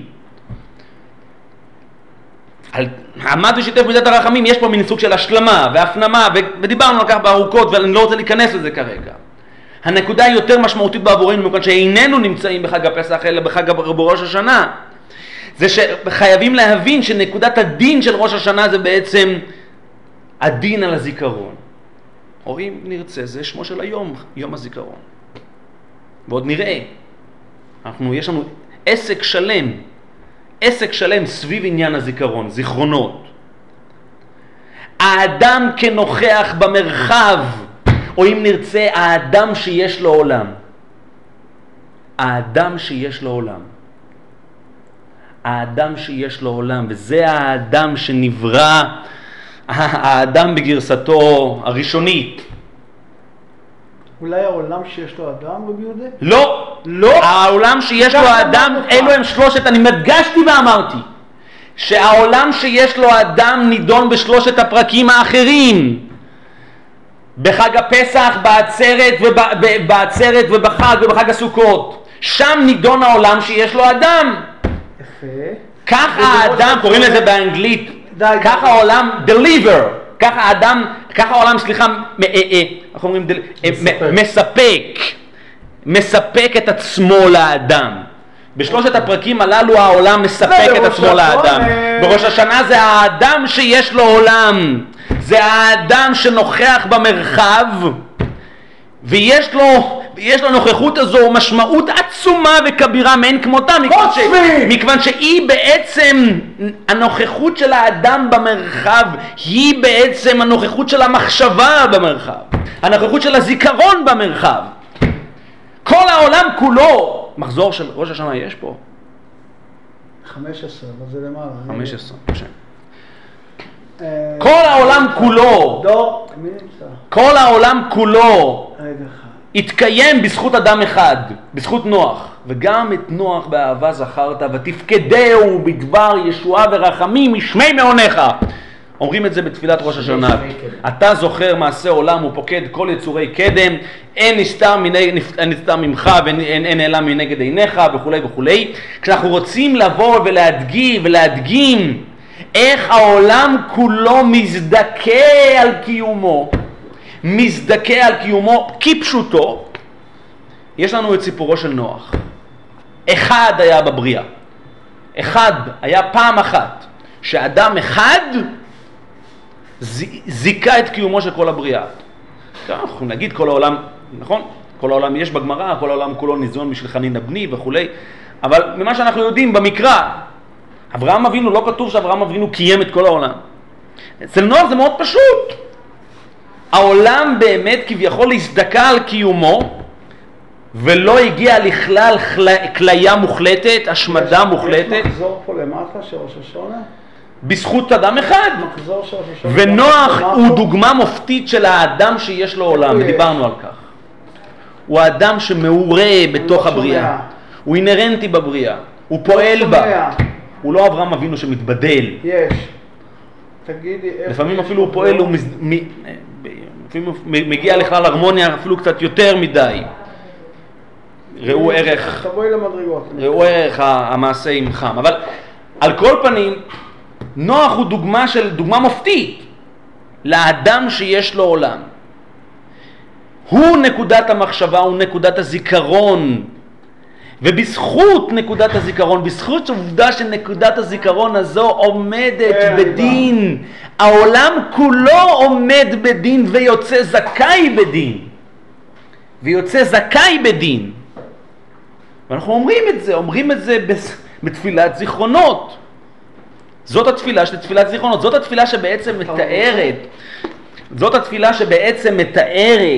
על, עמד ושיתף מידת הרחמים, יש פה מין סוג של השלמה והפנמה, ודיברנו על כך בארוכות ואני לא רוצה להיכנס לזה כרגע. הנקודה יותר משמעותית בעבורנו, מכיוון שאיננו נמצאים בחג הפסח אלא בחג בראש השנה, זה שחייבים להבין שנקודת הדין של ראש השנה זה בעצם הדין על הזיכרון, או אם נרצה זה שמו של היום, יום הזיכרון. ועוד נראה, אנחנו, יש לנו עסק שלם, עסק שלם סביב עניין הזיכרון, זיכרונות. האדם כנוכח במרחב, או אם נרצה, האדם שיש לו עולם. האדם שיש לו עולם. האדם שיש לו עולם, וזה האדם שנברא, האדם בגרסתו הראשונית. אולי העולם שיש לו אדם, רבי יהודה? לא, לא. העולם שיש לו אדם, אלו הם שלושת, אני מדגשתי ואמרתי, שהעולם שיש לו אדם נידון בשלושת הפרקים האחרים. בחג הפסח, בעצרת, ובעצרת ובחג ובחג הסוכות. שם נידון העולם שיש לו אדם. יפה. כך האדם, קוראים לזה באנגלית, כך העולם, deliver, כך האדם, כך העולם, סליחה, איך אומרים, מספק, מספק את עצמו לאדם. בשלושת הפרקים הללו העולם מספק את עצמו לאדם. בראש השנה זה האדם שיש לו עולם. זה האדם שנוכח במרחב, ויש לו, יש לו נוכחות הזו משמעות עצומה וכבירה מאין כמותה, מכיוון, ש, מכיוון שהיא בעצם, הנוכחות של האדם במרחב, היא בעצם הנוכחות של המחשבה במרחב, הנוכחות של הזיכרון במרחב. כל העולם כולו, מחזור של ראש השנה יש פה? חמש עשרה, אבל זה למעלה. חמש עשרה, בשם. כל העולם כולו, כל העולם כולו התקיים בזכות אדם אחד, בזכות נוח, וגם את נוח באהבה זכרת ותפקדהו בדבר ישועה ורחמים משמי מעונך. אומרים את זה בתפילת ראש השנה. אתה זוכר מעשה עולם ופוקד כל יצורי קדם, אין נסתר, מנג... אין נסתר ממך ואין נעלם מנגד עיניך וכולי וכולי. כשאנחנו רוצים לבוא ולהדגים ולהדגים איך העולם כולו מזדכה על קיומו, מזדכה על קיומו כפשוטו, יש לנו את סיפורו של נוח. אחד היה בבריאה, אחד היה פעם אחת שאדם אחד זיקה את קיומו של כל הבריאה. אנחנו נגיד כל העולם, נכון? כל העולם יש בגמרא, כל העולם כולו ניזון בשביל חנין הבני וכולי, אבל ממה שאנחנו יודעים במקרא, אברהם אבינו, לא כתוב שאברהם אבינו קיים את כל העולם. אצל נוח זה מאוד פשוט. העולם באמת כביכול הזדכה על קיומו, ולא הגיע לכלל כליה מוחלטת, השמדה מוחלטת. יש מחזור פה למטה של ראש השונה? בזכות אדם אחד. ונוח הוא דוגמה מופתית של האדם שיש לו עולם, ודיברנו על כך. הוא האדם שמעורה בתוך הבריאה. הוא אינרנטי בבריאה, הוא פועל בה. הוא לא אברהם אבינו שמתבדל. יש. תגידי, לפעמים אפילו הוא פועל, הוא מגיע לכלל הרמוניה אפילו קצת יותר מדי. ראו ערך, תבואי למדרגות. ראו ערך המעשה עם חם. אבל על כל פנים, נוח הוא דוגמה של, דוגמה מופתית לאדם שיש לו עולם. הוא נקודת המחשבה, הוא נקודת הזיכרון. ובזכות נקודת הזיכרון, בזכות העובדה שנקודת הזיכרון הזו עומדת בדין, העולם כולו עומד בדין ויוצא זכאי בדין. ויוצא זכאי בדין. ואנחנו אומרים את זה, אומרים את זה בתפילת זיכרונות. זאת התפילה של תפילת זיכרונות, זאת התפילה שבעצם מתארת, זאת התפילה שבעצם מתארת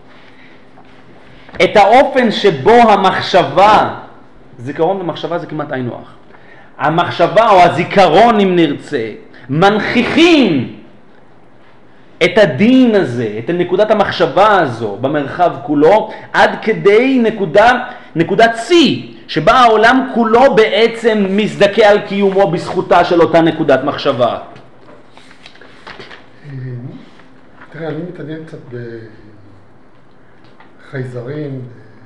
את האופן שבו המחשבה, זיכרון ומחשבה זה כמעט היינו הך, המחשבה או הזיכרון אם נרצה, מנכיחים את הדין הזה, את נקודת המחשבה הזו במרחב כולו, עד כדי נקודה, נקודת צי, שבה העולם כולו בעצם מזדכה על קיומו בזכותה של אותה נקודת מחשבה. תראה, אני מתעניין קצת בחייזרים,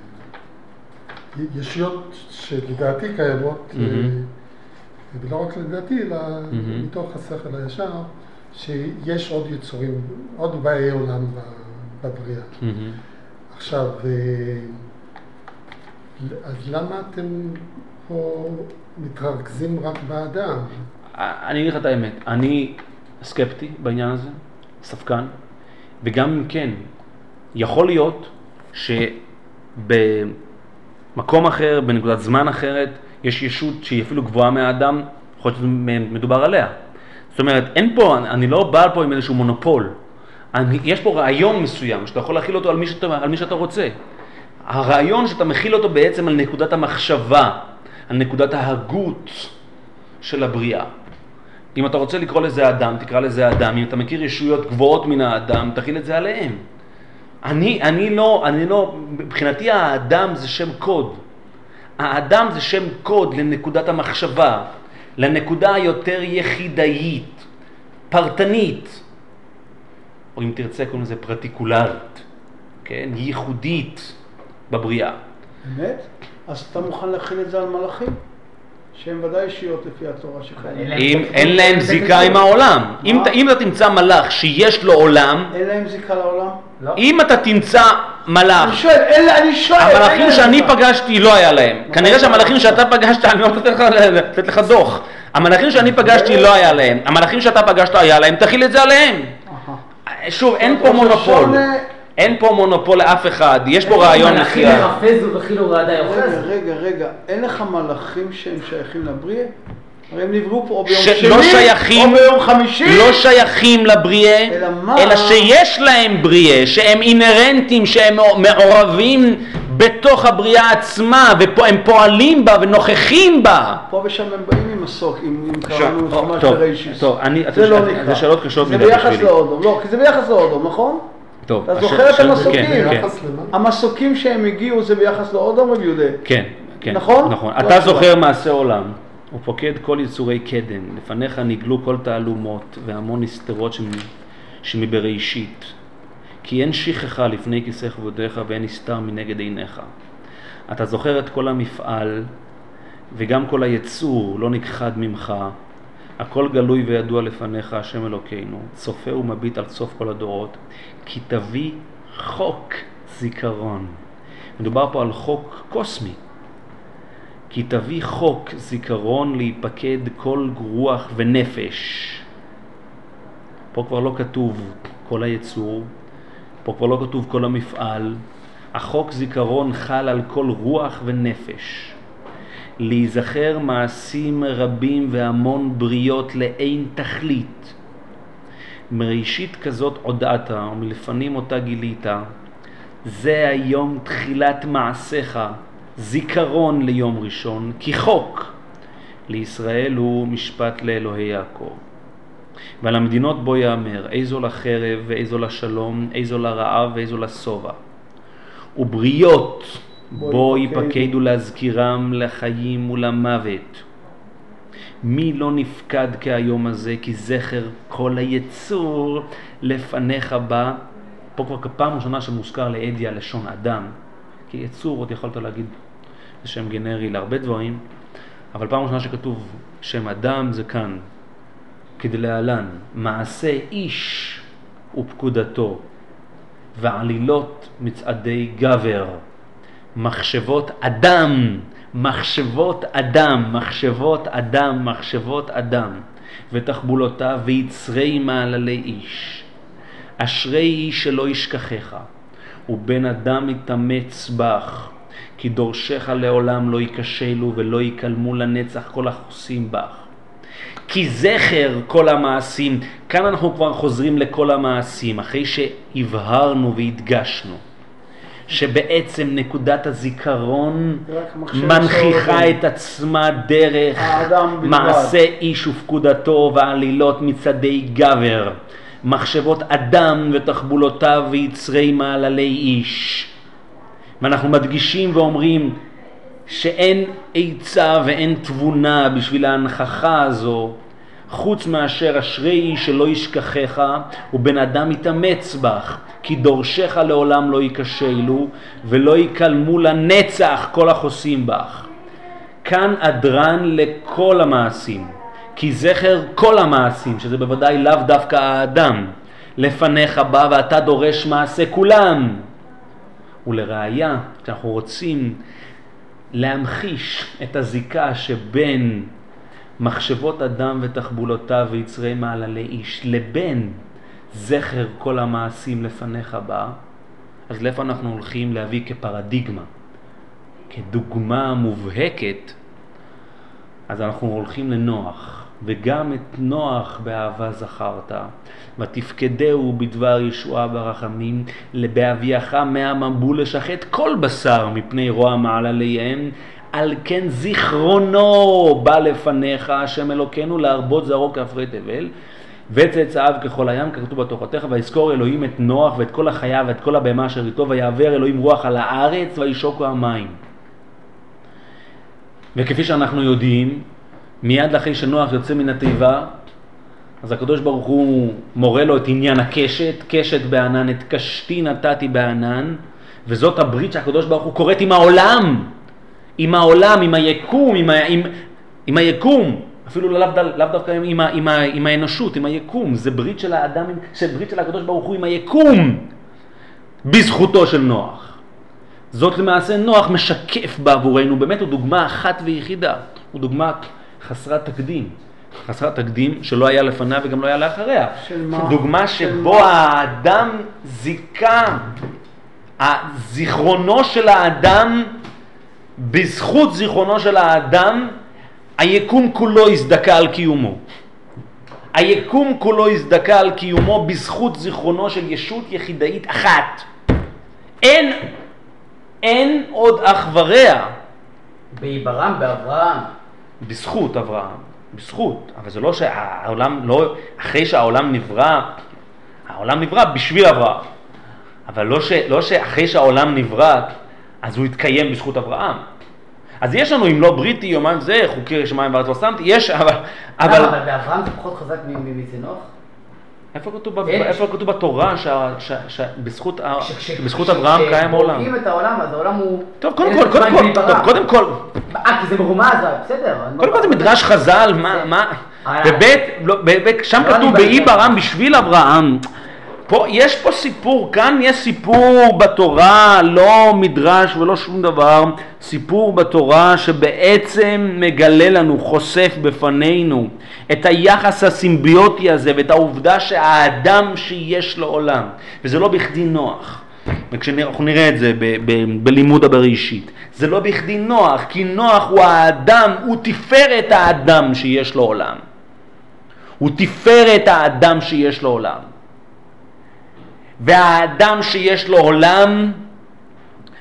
ישויות שלדעתי קיימות, ולא רק לדעתי, אלא מתוך השכל הישר, שיש עוד יצורים, עוד באי עולם בבריאה. עכשיו, אז למה אתם פה מתרכזים רק באדם? אני אגיד לך את האמת, אני סקפטי בעניין הזה, ספקן, וגם אם כן, יכול להיות שבמקום אחר, בנקודת זמן אחרת, יש ישות שהיא אפילו גבוהה מהאדם, יכול להיות שמדובר עליה. זאת אומרת, אין פה, אני לא בא פה עם איזשהו מונופול. אני, יש פה רעיון מסוים שאתה יכול להכיל אותו על מי שאתה, על מי שאתה רוצה. הרעיון שאתה מכיל אותו בעצם על נקודת המחשבה, על נקודת ההגות של הבריאה. אם אתה רוצה לקרוא לזה אדם, תקרא לזה אדם. אם אתה מכיר ישויות גבוהות מן האדם, תכיל את זה עליהם. אני, אני לא, אני לא, מבחינתי האדם זה שם קוד. האדם זה שם קוד לנקודת המחשבה, לנקודה היותר יחידאית, פרטנית, או אם תרצה קוראים לזה פרטיקולרית, כן? ייחודית בבריאה. באמת? אז אתה מוכן להכיל את זה על מלאכים? שהם ודאי אישיות לפי התורה שלך. אם אין להם זיקה עם העולם. אם אתה תמצא מלאך שיש לו עולם, אין להם זיקה לעולם? אם אתה תמצא מלאך, אני שואל, אני שואל. המלאכים שאני פגשתי לא היה להם. כנראה שהמלאכים שאתה פגשת, אני לא לתת לך דוח. המלאכים שאני פגשתי לא היה להם. המלאכים שאתה פגשת היה להם, תכיל את זה עליהם. שוב, אין פה מונופול. אין פה מונופול לאף אחד, יש פה רעיון מלאכים מרפזו וכאילו רעדה יוחז. רגע, רגע, רגע, אין לך מלאכים שהם שייכים לבריאה? הרי הם נבראו פה או ביום שני, או ביום חמישי. לא שייכים לבריאה, אלא שיש להם בריאה, שהם אינרנטים, שהם מעורבים בתוך הבריאה עצמה, והם פועלים בה ונוכחים בה. פה ושם הם באים עם מסוק, אם קראנו ממש בראשיס. טוב, זה לא נקרא. זה שאלות קשות מדי בשבילי. זה ביחס לאודום, לא, כי זה ביחס לאודום, נכון? טוב, אתה זוכר את המסוקים? המסוקים שהם הגיעו זה ביחס לאודום או ביהודה? כן, כן. נכון? נכון. אתה זוכר מעשה עולם. הוא פוקד כל יצורי קדם, לפניך נגלו כל תעלומות והמון הסתרות שמבראשית. כי אין שכחה לפני כיסא כבודיך ואין הסתר מנגד עיניך. אתה זוכר את כל המפעל וגם כל היצור לא נכחד ממך. הכל גלוי וידוע לפניך, השם אלוקינו, צופה ומביט על סוף כל הדורות, כי תביא חוק זיכרון. מדובר פה על חוק קוסמי. כי תביא חוק זיכרון להיפקד כל רוח ונפש. פה כבר לא כתוב כל היצור, פה כבר לא כתוב כל המפעל. החוק זיכרון חל על כל רוח ונפש. להיזכר מעשים רבים והמון בריות לאין תכלית. מראשית כזאת עודעת ומלפנים אותה גילית, זה היום תחילת מעשיך, זיכרון ליום ראשון, כי חוק לישראל הוא משפט לאלוהי יעקב. ועל המדינות בו יאמר, איזו לחרב ואיזו לשלום, איזו לרעב ואיזו לשובע. ובריות בו ייפקדו להזכירם לחיים ולמוות. מי לא נפקד כהיום הזה, כי זכר כל היצור לפניך בא. פה כבר כפעם ראשונה שמוזכר לאדיה לשון אדם, כי יצור עוד יכולת להגיד זה שם גנרי להרבה דברים, אבל פעם ראשונה שכתוב שם אדם זה כאן, כדי להלן, מעשה איש ופקודתו, ועלילות מצעדי גבר, מחשבות אדם, מחשבות אדם, מחשבות אדם, מחשבות אדם, ותחבולותיו ויצרי מעללי איש. אשרי איש שלא ישכחך, ובן אדם יתאמץ בך, כי דורשך לעולם לא יקשלו ולא יקלמו לנצח כל החוסים בך. כי זכר כל המעשים, כאן אנחנו כבר חוזרים לכל המעשים, אחרי שהבהרנו והדגשנו, שבעצם נקודת הזיכרון מנכיחה את עצמה דרך מעשה איש ופקודתו ועלילות מצעדי גבר, מחשבות אדם ותחבולותיו ויצרי מעללי איש. ואנחנו מדגישים ואומרים שאין עצה ואין תבונה בשביל ההנכחה הזו, חוץ מאשר אשרי איש שלא ישכחך ובן אדם יתאמץ בך, כי דורשך לעולם לא יקשלו ולא יקלמו לנצח כל החוסים בך. כאן אדרן לכל המעשים, כי זכר כל המעשים, שזה בוודאי לאו דווקא האדם, לפניך בא ואתה דורש מעשה כולם. ולראיה, כשאנחנו רוצים להמחיש את הזיקה שבין מחשבות אדם ותחבולותיו ויצרי מעללי איש לבין זכר כל המעשים לפניך בא, אז לאיפה אנחנו הולכים להביא כפרדיגמה, כדוגמה מובהקת? אז אנחנו הולכים לנוח, וגם את נוח באהבה זכרת, ותפקדהו בדבר ישועה ברחמים, לבהבייך מהמבול לשחט כל בשר מפני רוע מעלליהם, על כן זיכרונו בא לפניך, השם אלוקינו, להרבות זרעו כעפרי תבל, וצאצאיו ככל הים, ככתוב בתורתך, ויזכור אלוהים את נוח ואת כל החיה ואת כל הבהמה אשר איתו, ויעבר אלוהים רוח על הארץ וישוקו המים. וכפי שאנחנו יודעים, מיד אחרי שנוח יוצא מן התיבה, אז הקדוש ברוך הוא מורה לו את עניין הקשת, קשת בענן, את קשתי נתתי בענן, וזאת הברית שהקדוש ברוך הוא קוראת עם העולם, עם העולם, עם היקום, עם, ה, עם, עם היקום, אפילו לאו לא דווקא עם, עם, עם האנושות, עם היקום. זה ברית של האדם, של ברית של הקדוש ברוך הוא עם היקום, בזכותו של נוח. זאת למעשה נוח משקף בעבורנו, באמת הוא דוגמה אחת ויחידה, הוא דוגמה חסרת תקדים, חסרת תקדים שלא היה לפניה וגם לא היה לאחריה. דוגמה שבו האדם זיקה, הזיכרונו של האדם, בזכות זיכרונו של האדם, היקום כולו הזדקה על קיומו. היקום כולו הזדקה על קיומו בזכות זיכרונו של ישות יחידאית אחת. אין, אין עוד אח ורע. בעיברם, באברהם. בזכות אברהם, בזכות. אבל זה לא שהעולם, לא, אחרי שהעולם נברא, העולם נברא בשביל אברהם. אבל לא, ש, לא שאחרי שהעולם נברא, אז הוא יתקיים בזכות אברהם. אז יש לנו, אם לא בריטי, יומן זה, חוקי שמיים וארץ לא שמתי, יש, אבל... אבל באברהם זה פחות חזק מצנוח? איפה כתוב בתורה שבזכות אברהם קיים העולם? כשבודקים את העולם, אז העולם הוא... טוב, קודם כל, קודם כל... אה, כי זה מרומז, בסדר. קודם כל זה מדרש חז"ל, מה... בבית, שם כתוב באי ברם בשביל אברהם. פה, יש פה סיפור, כאן יש סיפור בתורה, לא מדרש ולא שום דבר, סיפור בתורה שבעצם מגלה לנו, חושף בפנינו את היחס הסימביוטי הזה ואת העובדה שהאדם שיש לו עולם, וזה לא בכדי נוח. וכשאנחנו נראה את זה ב- ב- בלימוד הבראשית, זה לא בכדי נוח, כי נוח הוא האדם, הוא תפארת האדם שיש לו עולם. הוא תפארת האדם שיש לו עולם. והאדם שיש לו עולם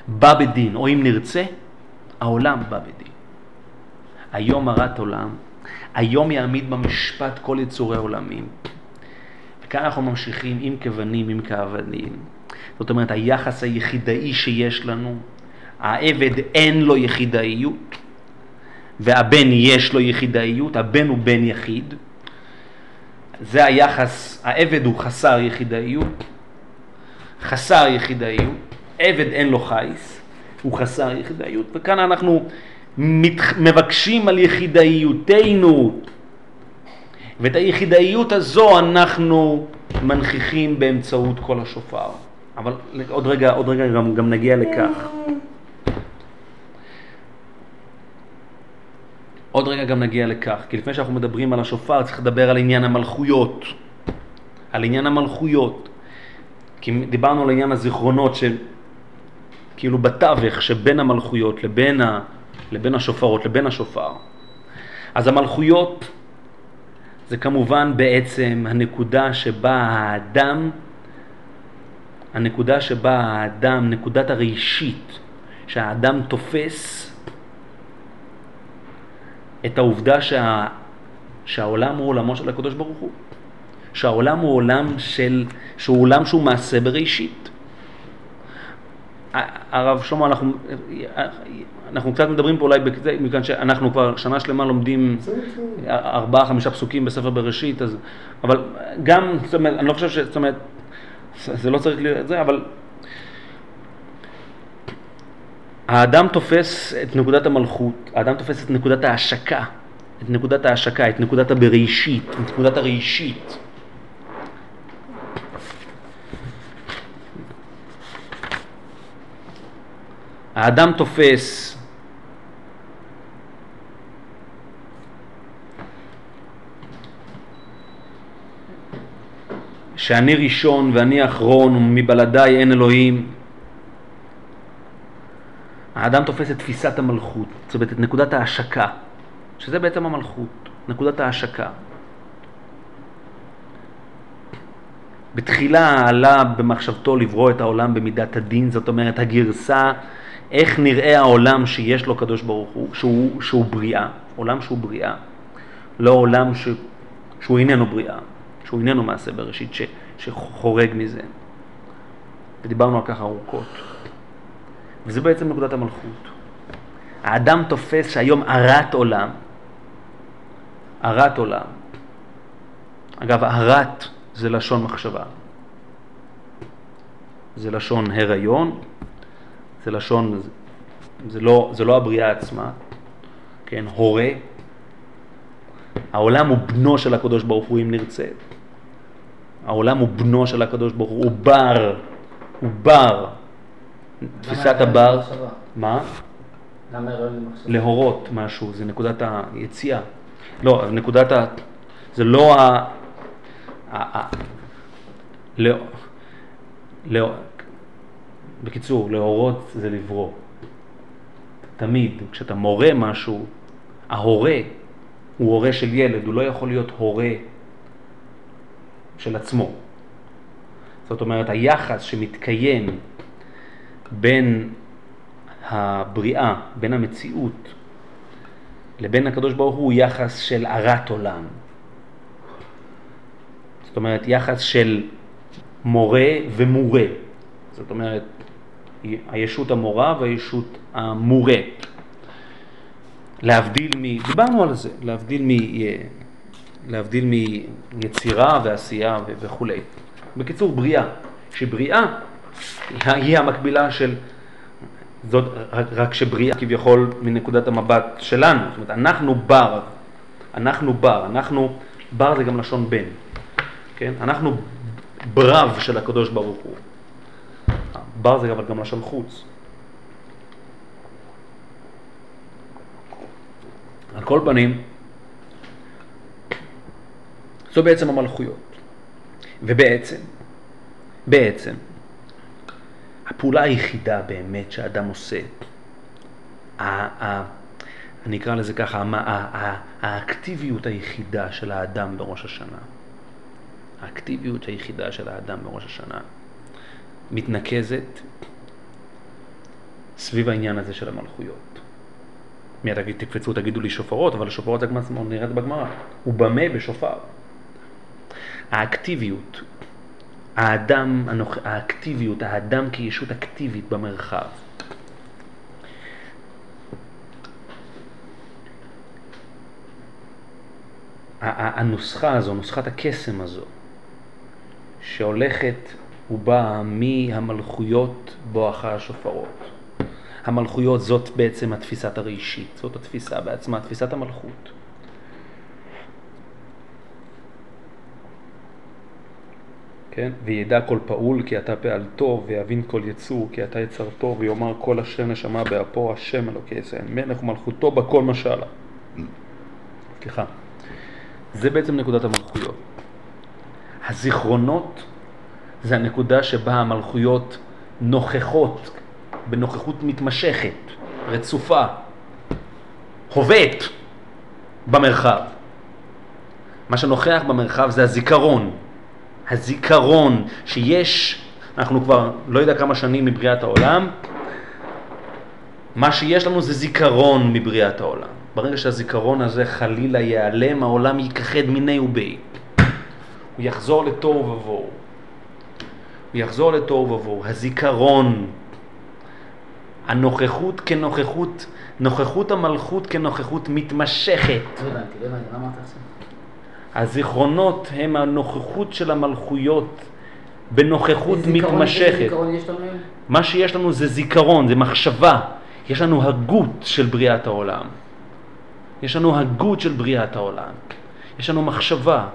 בא בדין, או אם נרצה, העולם בא בדין. היום הרת עולם, היום יעמיד במשפט כל יצורי עולמים. וכאן אנחנו ממשיכים עם כבנים, עם כאבנים. זאת אומרת, היחס היחידאי שיש לנו, העבד אין לו יחידאיות, והבן יש לו יחידאיות, הבן הוא בן יחיד. זה היחס, העבד הוא חסר יחידאיות, חסר יחידאיות, עבד אין לו חייס, הוא חסר יחידאיות, וכאן אנחנו מבקשים על יחידאיותנו, ואת היחידאיות הזו אנחנו מנכיחים באמצעות כל השופר. אבל עוד רגע, עוד רגע גם, גם נגיע לכך. עוד רגע גם נגיע לכך, כי לפני שאנחנו מדברים על השופר צריך לדבר על עניין המלכויות. על עניין המלכויות. כי דיברנו על עניין הזיכרונות של כאילו בתווך שבין המלכויות לבין, ה, לבין השופרות, לבין השופר. אז המלכויות זה כמובן בעצם הנקודה שבה האדם, הנקודה שבה האדם, נקודת הראשית, שהאדם תופס את העובדה שה, שהעולם הוא עולמו של הקדוש ברוך הוא. שהעולם הוא עולם של, שהוא עולם שהוא מעשה בראשית. הרב שלמה, אנחנו, אנחנו קצת מדברים פה אולי בכזה, מכאן שאנחנו כבר שנה שלמה לומדים ארבעה, חמישה פסוקים בספר בראשית, אז, אבל גם, זאת אומרת, אני לא חושב ש, זאת אומרת, זה לא צריך להיות זה, אבל האדם תופס את נקודת המלכות, האדם תופס את נקודת ההשקה, את נקודת ההשקה, את נקודת הבראשית, את נקודת הראשית. האדם תופס שאני ראשון ואני אחרון ומבלעדיי אין אלוהים. האדם תופס את תפיסת המלכות, זאת אומרת את נקודת ההשקה, שזה בעצם המלכות, נקודת ההשקה. בתחילה עלה במחשבתו לברוא את העולם במידת הדין, זאת אומרת הגרסה, איך נראה העולם שיש לו קדוש ברוך הוא, שהוא, שהוא בריאה, עולם שהוא בריאה, לא עולם ש, שהוא איננו בריאה, שהוא איננו מעשה בראשית, ש, שחורג מזה. ודיברנו על כך ארוכות. וזה בעצם נקודת המלכות. האדם תופס שהיום הרת עולם, הרת עולם. אגב, הרת זה לשון מחשבה. זה לשון הריון, זה לשון, זה לא, זה לא הבריאה עצמה, כן, הורה. העולם הוא בנו של הקדוש ברוך הוא אם נרצה. העולם הוא בנו של הקדוש ברוך הוא, הוא בר, הוא בר. תפיסת הבר, מה? למה הריון למחשבה? להורות משהו, זה נקודת היציאה. לא, נקודת ה... זה לא ה... לא... לא... בקיצור, להורות זה לברוא. תמיד, כשאתה מורה משהו, ההורה הוא הורה של ילד, הוא לא יכול להיות הורה של עצמו. זאת אומרת, היחס שמתקיים בין הבריאה, בין המציאות, לבין הקדוש ברוך הוא, יחס של הרת עולם. זאת אומרת, יחס של מורה ומורה. זאת אומרת, הישות המורה והישות המורה. להבדיל מ... דיברנו על זה, להבדיל מ... להבדיל מיצירה ועשייה וכו'. בקיצור, בריאה. שבריאה היא המקבילה של... זאת רק שבריאה כביכול מנקודת המבט שלנו. זאת אומרת, אנחנו בר. אנחנו בר. אנחנו... בר זה גם לשון בן. כן? אנחנו ברב של הקדוש ברוך הוא. בר זה אבל גם לשון חוץ. על כל פנים, זו בעצם המלכויות. ובעצם, בעצם, הפעולה היחידה באמת שהאדם עושה, אני אקרא לזה ככה, האקטיביות היחידה של האדם בראש השנה, האקטיביות היחידה של האדם בראש השנה, מתנקזת סביב העניין הזה של המלכויות. מיד תקפצו, תגידו לי שופרות, אבל השופרות זה כמו נראית בגמרא. הוא במה בשופר. האקטיביות, האדם, האקטיביות, האדם כישות אקטיבית במרחב. הנוסחה הזו, נוסחת הקסם הזו, שהולכת ובאה מהמלכויות בואכה השופרות. המלכויות זאת בעצם התפיסת הראשית, זאת התפיסה בעצמה, תפיסת המלכות. כן? וידע כל פעול כי אתה פעל טוב, ויבין כל יצור כי אתה יצר טוב, ויאמר כל אשר נשמה באפו השם אלוקי ישראל, מלך ומלכותו בכל משלה. סליחה. זה בעצם נקודת המלכויות. הזיכרונות זה הנקודה שבה המלכויות נוכחות, בנוכחות מתמשכת, רצופה, הובאת במרחב. מה שנוכח במרחב זה הזיכרון. הזיכרון שיש, אנחנו כבר לא יודע כמה שנים מבריאת העולם, מה שיש לנו זה זיכרון מבריאת העולם. ברגע שהזיכרון הזה חלילה ייעלם, העולם ייכחד מיני ובי. הוא יחזור לתוהו ובוהו. הוא יחזור לתוהו ובוהו. הזיכרון, הנוכחות כנוכחות, נוכחות המלכות כנוכחות מתמשכת. לא הבנתי, לא הבנתי, מה אמרת עכשיו? הזיכרונות הם הנוכחות של המלכויות בנוכחות מתמשכת. איזה זיכרון יש לנו? מה שיש לנו זה זיכרון, זה מחשבה. יש לנו הגות של בריאת העולם. יש לנו הגות של בריאת העולם. יש לנו מחשבה.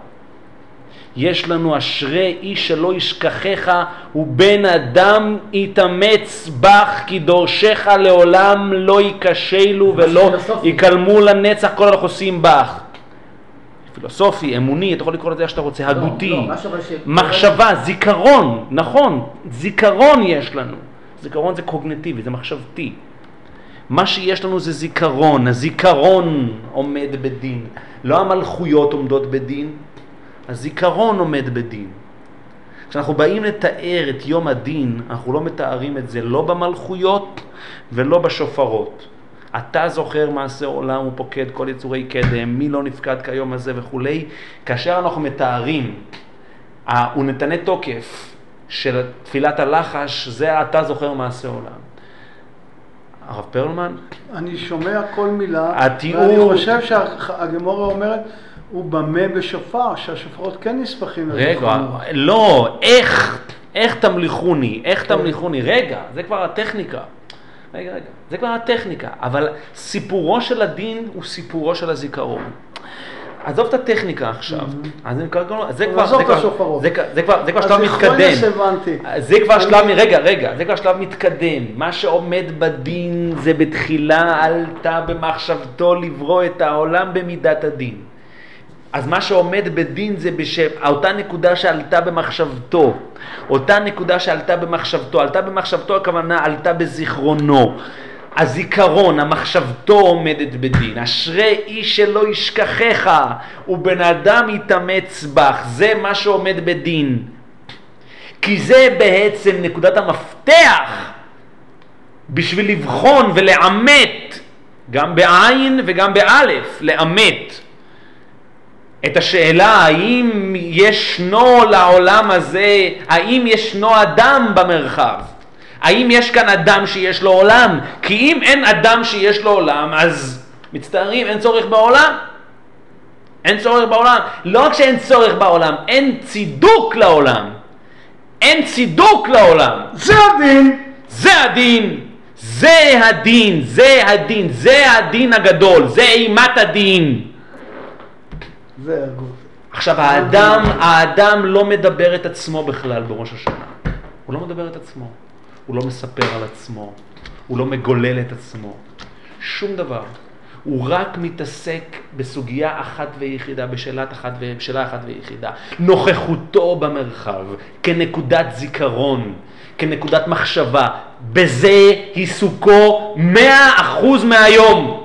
יש לנו אשרי איש שלא ישכחך ובן אדם יתאמץ בך כי דורשך לעולם לא יקשלו ולא יקלמו לנצח כל החוסים בך. פילוסופי, אמוני, אתה יכול לקרוא לזה שאתה רוצה, הגותי, מחשבה, זיכרון, נכון, זיכרון יש לנו. זיכרון זה קוגניטיבי, זה מחשבתי. מה שיש לנו זה זיכרון, הזיכרון עומד בדין. לא המלכויות עומדות בדין, הזיכרון עומד בדין. כשאנחנו באים לתאר את יום הדין, אנחנו לא מתארים את זה לא במלכויות ולא בשופרות. אתה זוכר מעשה עולם ופוקד כל יצורי קדם, מי לא נפקד כיום הזה וכו'. כאשר אנחנו מתארים, הוא נתנה תוקף של תפילת הלחש, זה אתה זוכר מעשה עולם. הרב פרלמן? אני שומע כל מילה, התיאור... ואני חושב שהגמורה אומרת, הוא במה בשופר, שהשופרות כן נספחים. רגע, לא, איך, איך תמליכוני, איך תמליכוני, רגע, זה כבר הטכניקה. רגע, רגע, זה כבר הטכניקה, אבל סיפורו של הדין הוא סיפורו של הזיכרון. עזוב את הטכניקה עכשיו, אז זה כבר, זה כבר, זה כבר, זה כבר, זה כבר שלב מתקדם. זה כבר שלב, רגע, רגע, זה כבר שלב מתקדם. מה שעומד בדין זה בתחילה עלתה במחשבתו לברוא את העולם במידת הדין. אז מה שעומד בדין זה באותה נקודה שעלתה במחשבתו. אותה נקודה שעלתה במחשבתו, עלתה במחשבתו הכוונה עלתה בזיכרונו. הזיכרון, המחשבתו עומדת בדין. אשרי איש שלא ישכחך ובן אדם יתאמץ בך. זה מה שעומד בדין. כי זה בעצם נקודת המפתח בשביל לבחון ולעמת, גם בעין וגם באלף, לעמת את השאלה האם ישנו לעולם הזה, האם ישנו אדם במרחב. האם יש כאן אדם שיש לו עולם? כי אם אין אדם שיש לו עולם, אז מצטערים, אין צורך בעולם. אין צורך בעולם. לא רק שאין צורך בעולם, אין צידוק לעולם. אין צידוק לעולם. זה הדין. זה הדין. זה הדין. זה הדין. זה הדין הגדול. זה אימת הדין. זה הגוף. עכשיו, האדם, האדם לא מדבר את עצמו בכלל בראש השנה. הוא לא מדבר את עצמו. הוא לא מספר על עצמו, הוא לא מגולל את עצמו, שום דבר. הוא רק מתעסק בסוגיה אחת ויחידה, בשאלת אחת ו... בשאלה אחת ויחידה. נוכחותו במרחב, כנקודת זיכרון, כנקודת מחשבה. בזה עיסוקו מאה אחוז מהיום.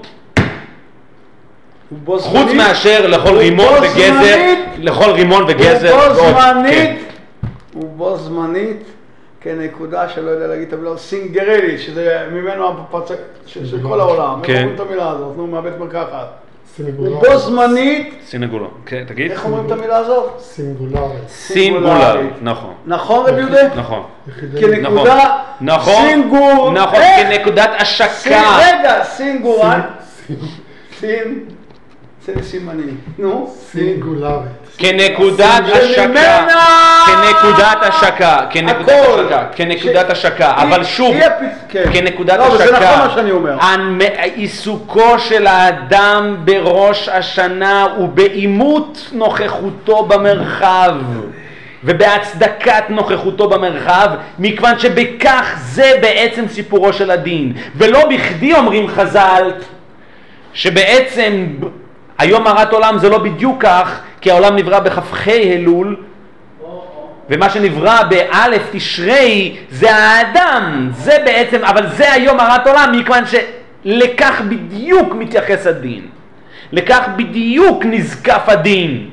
חוץ מאשר לכל רימון וגזר, לכל רימון וגזר. ובו זמנית, ובו זמנית, כנקודה שלא יודע להגיד את המילה, סינגרלי, שזה ממנו הפצע של כל העולם. איך אומרים את המילה הזאת? נו, מהבית מרקחת. בו זמנית. סינגולר, כן, תגיד. איך אומרים את המילה הזאת? סינגולרית. סינגולרית, נכון. נכון, רבי יהודה? נכון. כנקודה, סינגור. נכון, כנקודת השקה. רגע, סינגורן. סין. זה סימנים. נו, סינגולרית. כנקודת השקה. כנקודת השקה. כנקודת השקה. כנקודת השקה. אבל שוב, כנקודת השקה. עיסוקו של האדם בראש השנה הוא באימות נוכחותו במרחב. ובהצדקת נוכחותו במרחב, מכיוון שבכך זה בעצם סיפורו של הדין. ולא בכדי אומרים חז"ל, שבעצם היום הרת עולם זה לא בדיוק כך, כי העולם נברא בכ"ח אלול, ומה שנברא באלף תשרי זה האדם, זה בעצם, אבל זה היום הרת עולם, מכיוון שלכך בדיוק מתייחס הדין, לכך בדיוק נזקף הדין.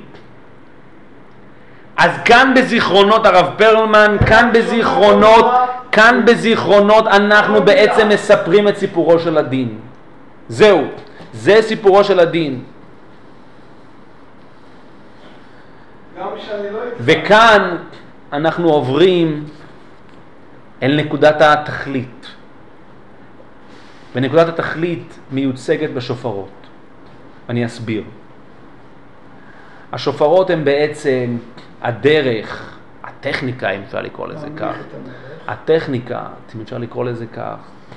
אז כאן בזיכרונות הרב פרלמן, כאן בזיכרונות, כאן בזיכרונות אנחנו בעצם מספרים את סיפורו של הדין. זהו, זה סיפורו של הדין. וכאן אנחנו עוברים אל נקודת התכלית. ונקודת התכלית מיוצגת בשופרות. אני אסביר. השופרות הם בעצם הדרך, הטכניקה, אם אפשר לקרוא לזה כך. הטכניקה, אם אפשר לקרוא לזה כך.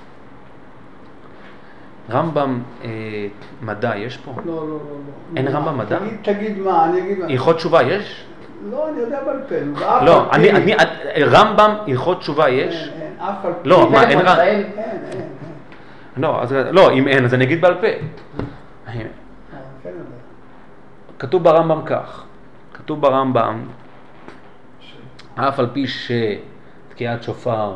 רמב"ם אה, מדע יש פה? לא, לא, לא. אין רמב"ם מדע? תגיד, תגיד מה, אני אגיד מה. הלכות תשובה יש? לא, אני יודע בעל פה. לא, אני, אני, רמב"ם הלכות תשובה יש? אין, אין, אף על פי. לא, מה, אין רמב"ם? אין, אין, אין. לא, אז, לא, אם אין, אז אני אגיד בעל פה. כתוב ברמב"ם כך, כתוב ברמב"ם, אף על פי שתקיעת שופר,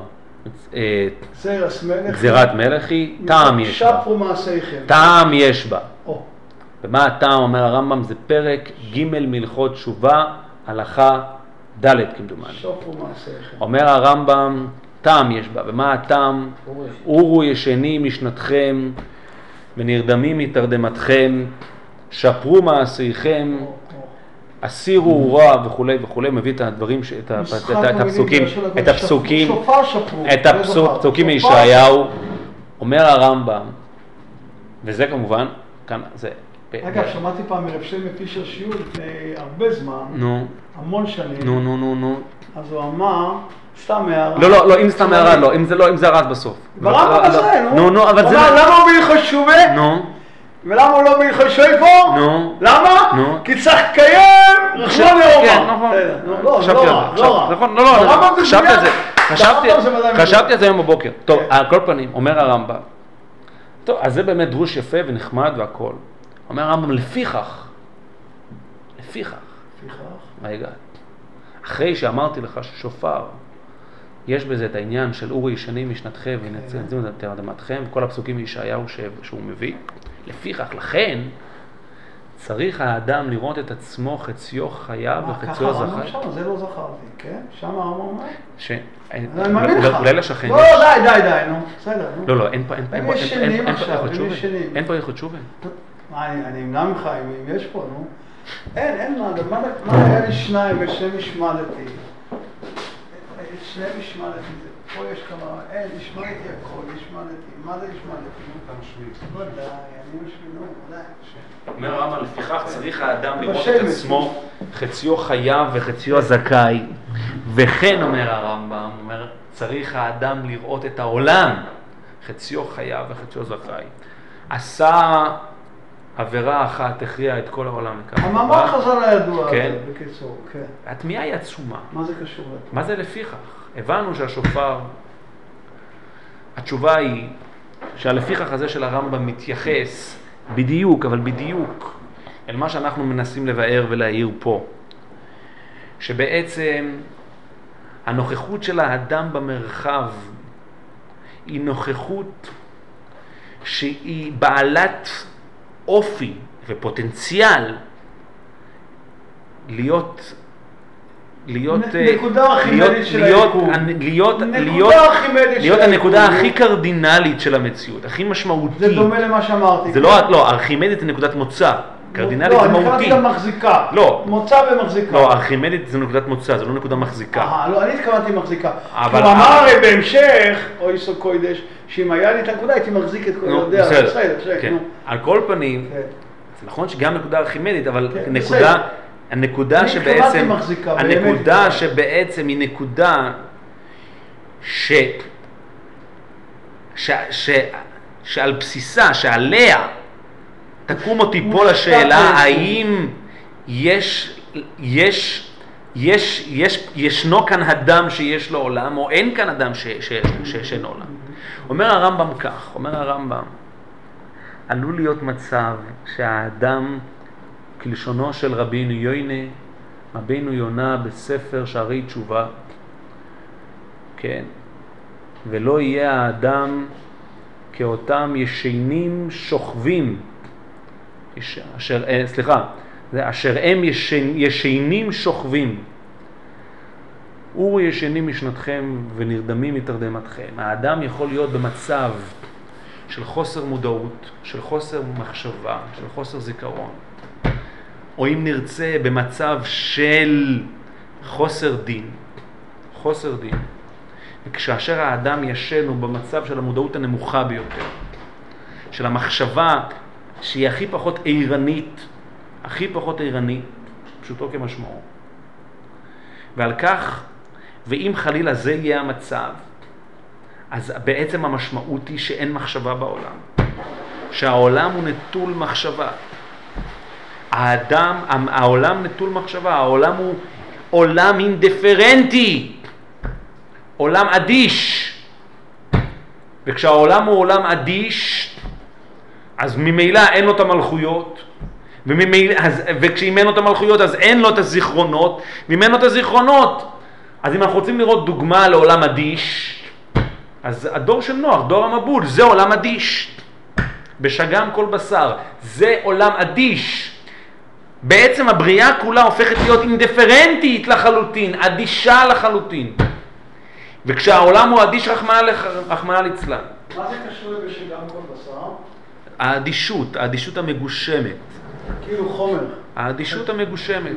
גזירת מלך היא, טעם יש בה. טעם יש בה. ומה הטעם אומר הרמב"ם? זה פרק ג' מלכות תשובה, הלכה ד' כמדומני. אומר הרמב"ם, טעם יש בה. ומה הטעם? אורו ישנים משנתכם ונרדמים מתרדמתכם, שפרו מעשיכם, הסירו רע וכו' וכו', מביא את הדברים, את הפסוקים, את הפסוקים, את הפסוקים מישעיהו. אומר הרמב"ם, וזה כמובן, כאן זה... אגב, שמעתי פעם מרב שלמה פישר שיעור לפני הרבה זמן, המון שנים. נו, נו, נו, נו. אז הוא אמר, סתם הערה. לא, לא, לא, אם סתם הערה, לא, אם זה לא, אם זה הרס בסוף. ברמב"ם הזה, נו. נו, נו, אבל זה... למה הוא בהלכות תשובה? נו. ולמה הוא לא בהלכות שויפור? נו. למה? נו. כי צריך לקיים רחמון לאומה. כן, נכון. לא, חשבתי על זה. נכון, לא, לא, חשבתי על זה. חשבתי על זה היום בבוקר. טוב, על כל פנים, אומר הרמב"ם. טוב, אז זה באמת דרוש יפה ונחמד והכל. אומר הרמב"ם, לפיכך, לפיכך, רגע, אחרי שאמרתי לך ששופר, יש בזה את העניין של אורו ישנים משנתכם ונצאים את תרדמתכם, וכל הפסוקים מישעיהו שהוא מביא, לפיכך, לכן, צריך האדם לראות את עצמו חציו חייו וחציו זכאי. מה, ככה, זה לא זכרתי, כן? שם הרמב"ם אומר? ש... אני מאמין לך. אולי לשכן יש... לא, די, די, די, נו, בסדר. לא, לא, אין פה... הם ישנים עכשיו, הם ישנים. אין פה הלכות תשובה. אני אמנע ממך אם יש פה, נו. אין, אין מה, מה היה לי שניים ושני משמעתי? שני משמעתי, פה יש כמה, אין, השמעתי הכל, השמעתי, מה זה השמעתי? אתה משמיד. לא, די, אני משמיד, נו, די. אומר הרמב"ם, לפיכך צריך האדם לראות את עצמו חציו חייו וחציו זכאי, וכן אומר הרמב"ם, אומר, צריך האדם לראות את העולם, חציו חייו וחציו זכאי. עשה עבירה אחת, הכריע את כל העולם לכך. המאמר חז"ל הידוע, בקיצור, כן. התמיהה היא עצומה. מה זה קשור? מה זה לפיכך? הבנו שהשופר, התשובה היא שהלפיכך הזה של הרמב"ם מתייחס בדיוק, אבל בדיוק, אל מה שאנחנו מנסים לבאר ולהעיר פה. שבעצם הנוכחות של האדם במרחב היא נוכחות שהיא בעלת אופי ופוטנציאל להיות, להיות נקודה ארכימדית של היקום. להיות להיות הנקודה הכי קרדינלית של המציאות, הכי משמעותית. זה דומה למה שאמרתי. זה לא, לא, ארכימדית זה נקודת מוצא. קרדינלית זה מהותי. לא, אני התכוונתי גם מחזיקה. לא. מוצא ומחזיקה. לא, ארכימדית זה נקודת מוצא, זה לא נקודה מחזיקה. אה, לא, אני התכוונתי מחזיקה. הוא אמר הרי בהמשך, אוי סו קוידש, שאם היה לי את הנקודה הייתי מחזיק את כל יודע. בסדר, בסדר. על כל פנים, זה נכון שגם נקודה ארכימדית, אבל נקודה, הנקודה שבעצם, הנקודה שבעצם היא נקודה ש... שעל בסיסה, שעליה, תקום או תיפול השאלה האם יש, יש, יש, יש, ישנו כאן אדם שיש לו עולם או אין כאן אדם שאין עולם. אומר הרמב"ם כך, אומר הרמב"ם, עלול להיות מצב שהאדם, כלשונו של רבינו יוינה, רבינו יונה בספר שערי תשובה, כן, ולא יהיה האדם כאותם ישנים שוכבים, אשר, סליחה, זה אשר הם ישן, ישנים שוכבים. אורו ישנים משנתכם ונרדמים מתרדמתכם. האדם יכול להיות במצב של חוסר מודעות, של חוסר מחשבה, של חוסר זיכרון. או אם נרצה במצב של חוסר דין, חוסר דין. וכשאשר האדם ישן הוא במצב של המודעות הנמוכה ביותר, של המחשבה שהיא הכי פחות עירנית, הכי פחות עירנית, פשוטו כמשמעו. ועל כך, ואם חלילה זה יהיה המצב, אז בעצם המשמעות היא שאין מחשבה בעולם. שהעולם הוא נטול מחשבה. האדם, העולם נטול מחשבה, העולם הוא עולם אינדיפרנטי, עולם אדיש. וכשהעולם הוא עולם אדיש, אז ממילא אין לו את המלכויות, וממילא, אז, וכשאם אין לו את המלכויות אז אין לו את הזיכרונות, ואם אין לו את הזיכרונות, אז אם אנחנו רוצים לראות דוגמה לעולם אדיש, אז הדור של נוח, דור המבול, זה עולם אדיש. בשגם כל בשר, זה עולם אדיש. בעצם הבריאה כולה הופכת להיות אינדיפרנטית לחלוטין, אדישה לחלוטין. וכשהעולם הוא אדיש, רחמנא ליצלן. מה זה קשור לבשגם כל בשר? האדישות, האדישות המגושמת. כאילו חומר. האדישות המגושמת.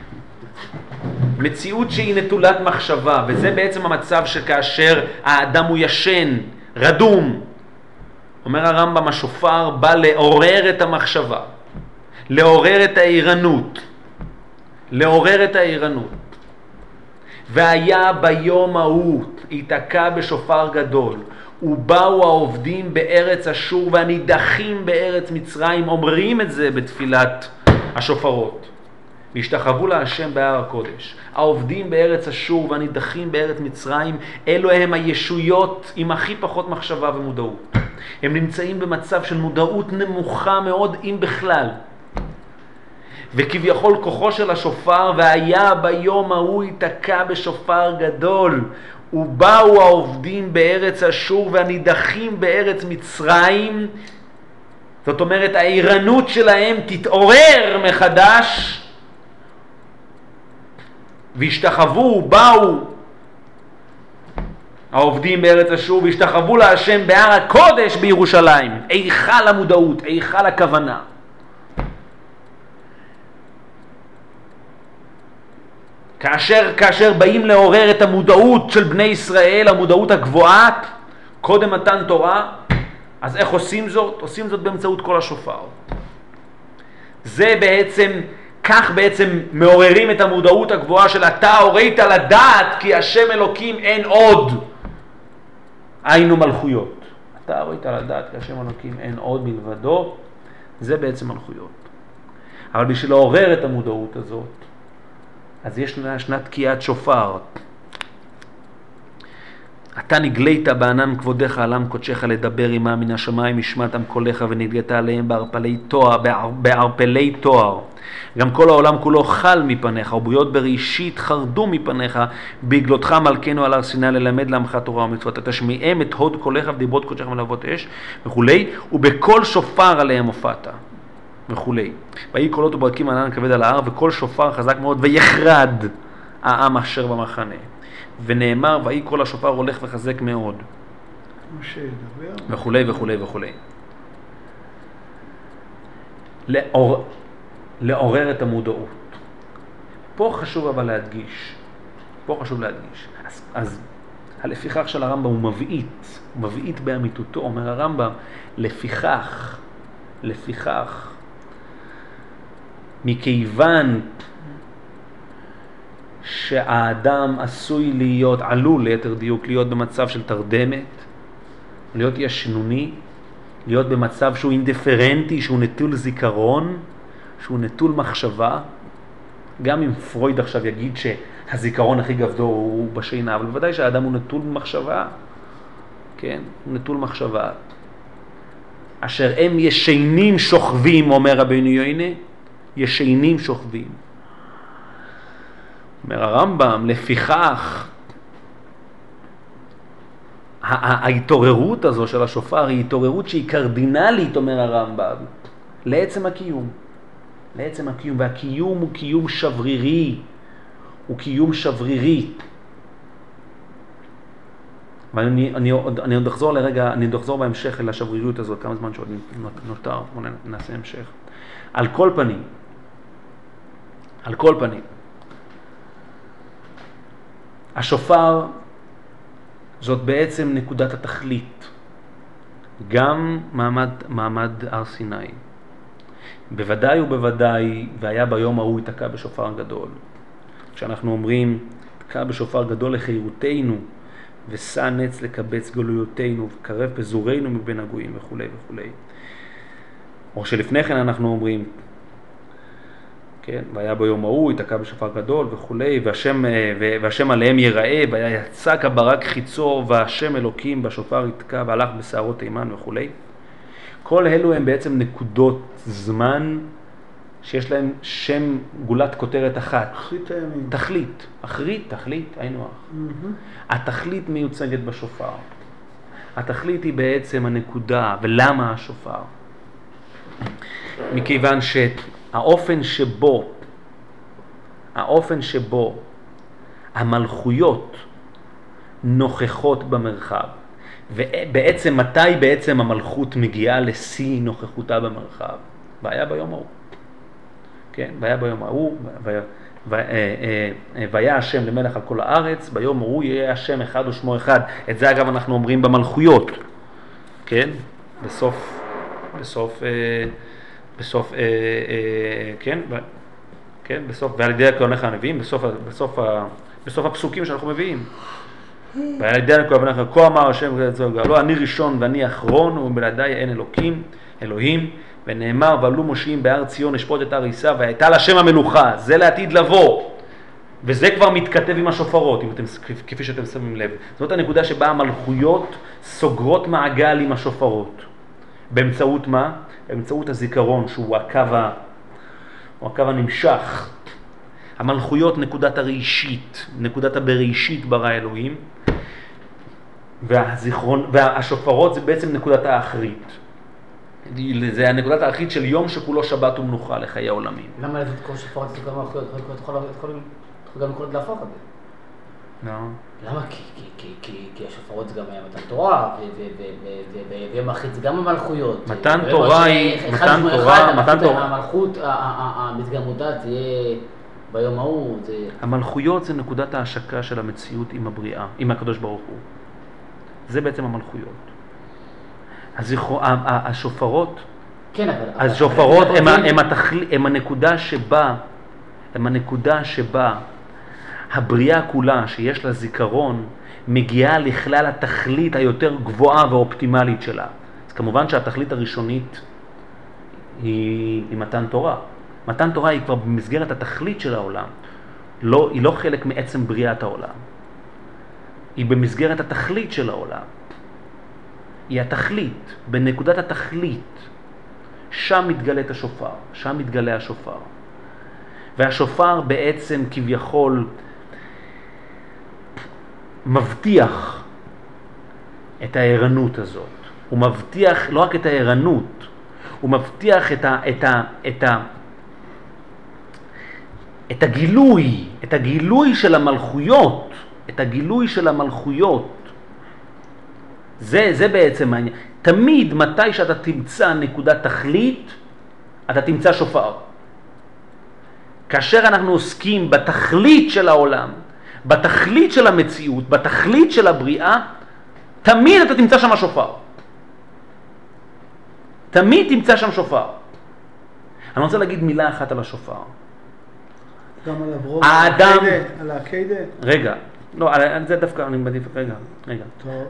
מציאות שהיא נטולת מחשבה, וזה בעצם המצב שכאשר האדם הוא ישן, רדום. אומר הרמב"ם, השופר בא לעורר את המחשבה, לעורר את העירנות, לעורר את העירנות. והיה ביום ההוא, התעקע בשופר גדול, ובאו העובדים בארץ אשור והנידחים בארץ מצרים, אומרים את זה בתפילת השופרות. והשתחוו להשם בהר הקודש. העובדים בארץ אשור והנידחים בארץ מצרים, אלו הם הישויות עם הכי פחות מחשבה ומודעות. הם נמצאים במצב של מודעות נמוכה מאוד, אם בכלל. וכביכול כוחו של השופר, והיה ביום ההוא התעקע בשופר גדול, ובאו העובדים בארץ אשור והנידחים בארץ מצרים, זאת אומרת העירנות שלהם תתעורר מחדש, והשתחוו, באו העובדים בארץ אשור והשתחוו להשם בהר הקודש בירושלים. היכל המודעות, היכל הכוונה. כאשר, כאשר באים לעורר את המודעות של בני ישראל, המודעות הגבוהה, קודם מתן תורה, אז איך עושים זאת? עושים זאת באמצעות כל השופר. זה בעצם, כך בעצם מעוררים את המודעות הגבוהה של אתה הורית לדעת כי השם אלוקים אין עוד. היינו מלכויות. אתה הורית לדעת כי השם אלוקים אין עוד מלבדו, זה בעצם מלכויות. אבל בשביל לעורר את המודעות הזאת, אז יש שנת תקיעת שופר. אתה נגלית בענן כבודך עלם קודשך לדבר עמה מן השמיים השמעתם קולך ונגלית עליהם בערפלי תואר, בערפלי תואר. גם כל העולם כולו חל מפניך ובריות בראשית חרדו מפניך בגלותך מלכנו על הר סיני ללמד לעמך תורה ומצוות. תשמיעם את הוד קולך ודיברות קודשך מלהבות אש וכולי, ובכל שופר עליהם הופעת וכולי. ויהי קולות וברקים ענן כבד על ההר וכל שופר חזק מאוד ויחרד העם אשר במחנה. ונאמר, ויהי קול השופר הולך וחזק מאוד. משה ידבר. וכולי וכולי וכולי. לעור... לעורר את המודעות. פה חשוב אבל להדגיש, פה חשוב להדגיש. אז, אז הלפיכך של הרמב"ם הוא מבעית, הוא מבעית באמיתותו, אומר הרמב"ם, לפיכך, לפיכך, מכיוון שהאדם עשוי להיות, עלול ליתר דיוק, להיות במצב של תרדמת, להיות ישנוני, להיות במצב שהוא אינדיפרנטי, שהוא נטול זיכרון, שהוא נטול מחשבה, גם אם פרויד עכשיו יגיד שהזיכרון הכי גבוה הוא בשינה, אבל בוודאי שהאדם הוא נטול מחשבה, כן? הוא נטול מחשבה. אשר הם ישנים שוכבים, אומר רבינו יוינה, ישנים שוכבים. אומר הרמב"ם, לפיכך, ההתעוררות הזו של השופר היא התעוררות שהיא קרדינלית, אומר הרמב"ם, לעצם הקיום. לעצם הקיום, והקיום הוא קיום שברירי, הוא קיום שברירי. ואני אני עוד, אני עוד אחזור לרגע, אני עוד אחזור בהמשך אל השבריריות הזאת, כמה זמן שעוד נותר, בואו נעשה המשך. על כל פנים, על כל פנים, השופר זאת בעצם נקודת התכלית, גם מעמד, מעמד הר סיני. בוודאי ובוודאי, והיה ביום ההוא יתקע בשופר גדול. כשאנחנו אומרים, יתקע בשופר גדול לחירותנו, ושא נץ לקבץ גלויותינו, וקרב פזורנו מבין הגויים וכו' וכו'. או שלפני כן אנחנו אומרים, כן, והיה ביום ההוא יתקע בשופר גדול וכו', והשם, והשם עליהם ייראה, והיה יצק הברק חיצו, והשם אלוקים בשופר יתקע, והלך בשערות תימן וכו'. כל אלו הם בעצם נקודות זמן שיש להם שם גולת כותרת אחת. תכלית הימים. תכלית. אחרית, תכלית, היינו אח. Mm-hmm. התכלית מיוצגת בשופר. התכלית היא בעצם הנקודה, ולמה השופר? מכיוון שהאופן שבו, האופן שבו המלכויות נוכחות במרחב, ובעצם מתי בעצם המלכות מגיעה לשיא נוכחותה במרחב? והיה ביום ההוא. כן, והיה ביום ההוא, והיה השם למלך על כל הארץ, ביום ההוא יהיה השם אחד ושמו אחד. את זה אגב אנחנו אומרים במלכויות. כן? בסוף, בסוף, בסוף, כן? כן? בסוף, ועל ידי הכהניך הנביאים, בסוף, בסוף, בסוף הפסוקים שאנחנו מביאים. ועל ידי הכהניך, כה אמר השם, לא אני ראשון ואני אחרון, ובלעדיי אין אלוקים, אלוהים, ונאמר, ועלו מושיעים בהר ציון, לשפוט את הר עיסה, והייתה לשם המלוכה, זה לעתיד לבוא. וזה כבר מתכתב עם השופרות, אם אתם, כפי שאתם שמים לב. זאת הנקודה שבה המלכויות סוגרות מעגל עם השופרות. באמצעות מה? באמצעות הזיכרון, שהוא הקו, ה... הוא הקו הנמשך. המלכויות נקודת הראשית, נקודת הבראשית ברא אלוהים, והזיכרון, והשופרות זה בעצם נקודת האחרית. זה הנקודת האחרית של יום שכולו שבת ומנוחה לחיי העולמים. למה לזה כל שופרות זה גם מלכויות? יכול גם לקרות להפוך את זה. לא. למה? כי השופרות זה גם היה מתן תורה, ויום האחרית זה גם המלכויות. מתן תורה היא, מתן תורה, מתן תורה. המלכות, המתגמותה תהיה ביום ההוא. המלכויות זה נקודת ההשקה של המציאות עם הבריאה, עם הקדוש ברוך הוא. זה בעצם המלכויות. השופרות, כן, אבל... השופרות הם הנקודה שבה, הם הנקודה שבה הבריאה כולה שיש לה זיכרון מגיעה לכלל התכלית היותר גבוהה ואופטימלית שלה. אז כמובן שהתכלית הראשונית היא, היא מתן תורה. מתן תורה היא כבר במסגרת התכלית של העולם. לא, היא לא חלק מעצם בריאת העולם. היא במסגרת התכלית של העולם. היא התכלית, בנקודת התכלית. שם מתגלה את השופר, שם מתגלה השופר. והשופר בעצם כביכול מבטיח את הערנות הזאת. הוא מבטיח לא רק את הערנות, הוא מבטיח את ה, את ה, את ה, את הגילוי, את הגילוי של המלכויות, את הגילוי של המלכויות. זה, זה בעצם העניין. תמיד מתי שאתה תמצא נקודת תכלית, אתה תמצא שופר. כאשר אנחנו עוסקים בתכלית של העולם, בתכלית של המציאות, בתכלית של הבריאה, תמיד אתה תמצא שם שופר. תמיד תמצא שם שופר. אני רוצה להגיד מילה אחת על השופר. גם על הברום, האדם... על העקדת. רגע, לא, על זה דווקא אני מעדיף, רגע, רגע. טוב.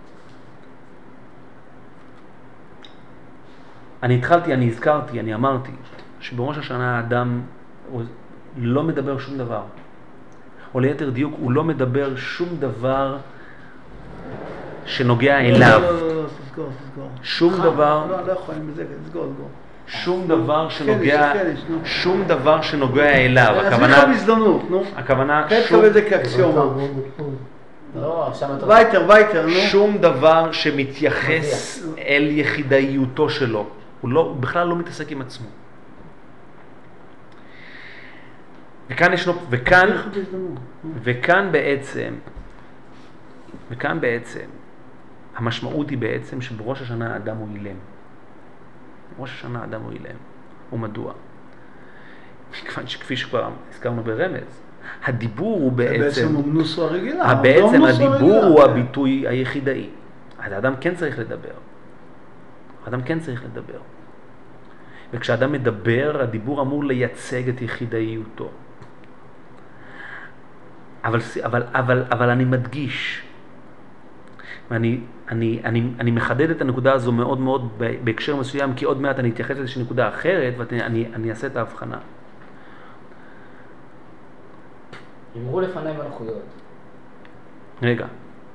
אני התחלתי, אני הזכרתי, אני אמרתי, שבראש השנה האדם לא מדבר שום דבר. או ליתר דיוק, הוא לא מדבר שום דבר שנוגע אליו. לא, לא, לא, תסגור, תסגור. שום דבר... לא, לא יכול, אני מזה, תסגור, תסגור. שום דבר שנוגע... שום דבר שנוגע אליו. הכוונה... אז לך בהזדמנות, נו. הכוונה... כן, תקבל את זה כאקסיומה. לא, עכשיו אתה... וייטר, וייטר, נו. שום דבר שמתייחס אל יחידאיותו שלו. הוא לא, הוא בכלל לא מתעסק עם עצמו. וכאן ישנו, וכאן, וכאן בעצם, וכאן בעצם, המשמעות היא בעצם שבראש השנה האדם הוא אילם. בראש השנה האדם הוא אילם. ומדוע? מכיוון שכפי שכבר הזכרנו ברמז, הדיבור הוא בעצם... בעצם אומנוס הוא הרגילה. בעצם הדיבור הוא הביטוי היחידאי. אז האדם כן צריך לדבר. האדם כן צריך לדבר. וכשאדם מדבר, הדיבור אמור לייצג את יחידאיותו. אבל, אבל, אבל, אבל אני מדגיש, ואני, אני, אני, אני מחדד את הנקודה הזו מאוד מאוד בהקשר מסוים, כי עוד מעט אני אתייחס לאיזושהי נקודה אחרת, ואני אני אעשה את ההבחנה. אמרו לפני מלכויות. רגע.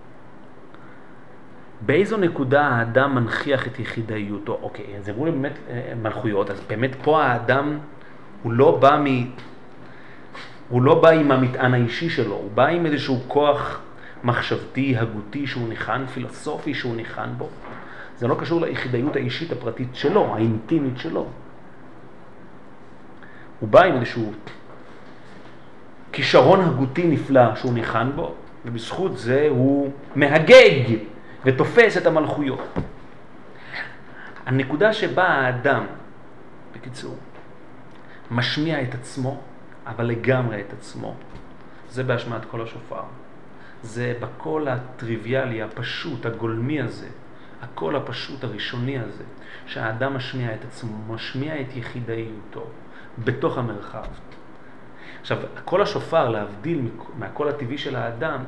באיזו נקודה האדם מנחיח את יחידאיותו? אוקיי, אז אמרו לי באמת מלכויות, אז באמת פה האדם הוא לא בא מ... הוא לא בא עם המטען האישי שלו, הוא בא עם איזשהו כוח מחשבתי, הגותי, שהוא ניחן, פילוסופי שהוא ניחן בו. זה לא קשור ליחידאיות האישית הפרטית שלו, האינטימית שלו. הוא בא עם איזשהו כישרון הגותי נפלא שהוא ניחן בו, ובזכות זה הוא מהגג ותופס את המלכויות. הנקודה שבה האדם, בקיצור, משמיע את עצמו, אבל לגמרי את עצמו, זה בהשמעת קול השופר. זה בקול הטריוויאלי, הפשוט, הגולמי הזה, הקול הפשוט הראשוני הזה, שהאדם משמיע את עצמו, משמיע את יחידאיותו בתוך המרחב. עכשיו, הקול השופר, להבדיל מהקול הטבעי של האדם,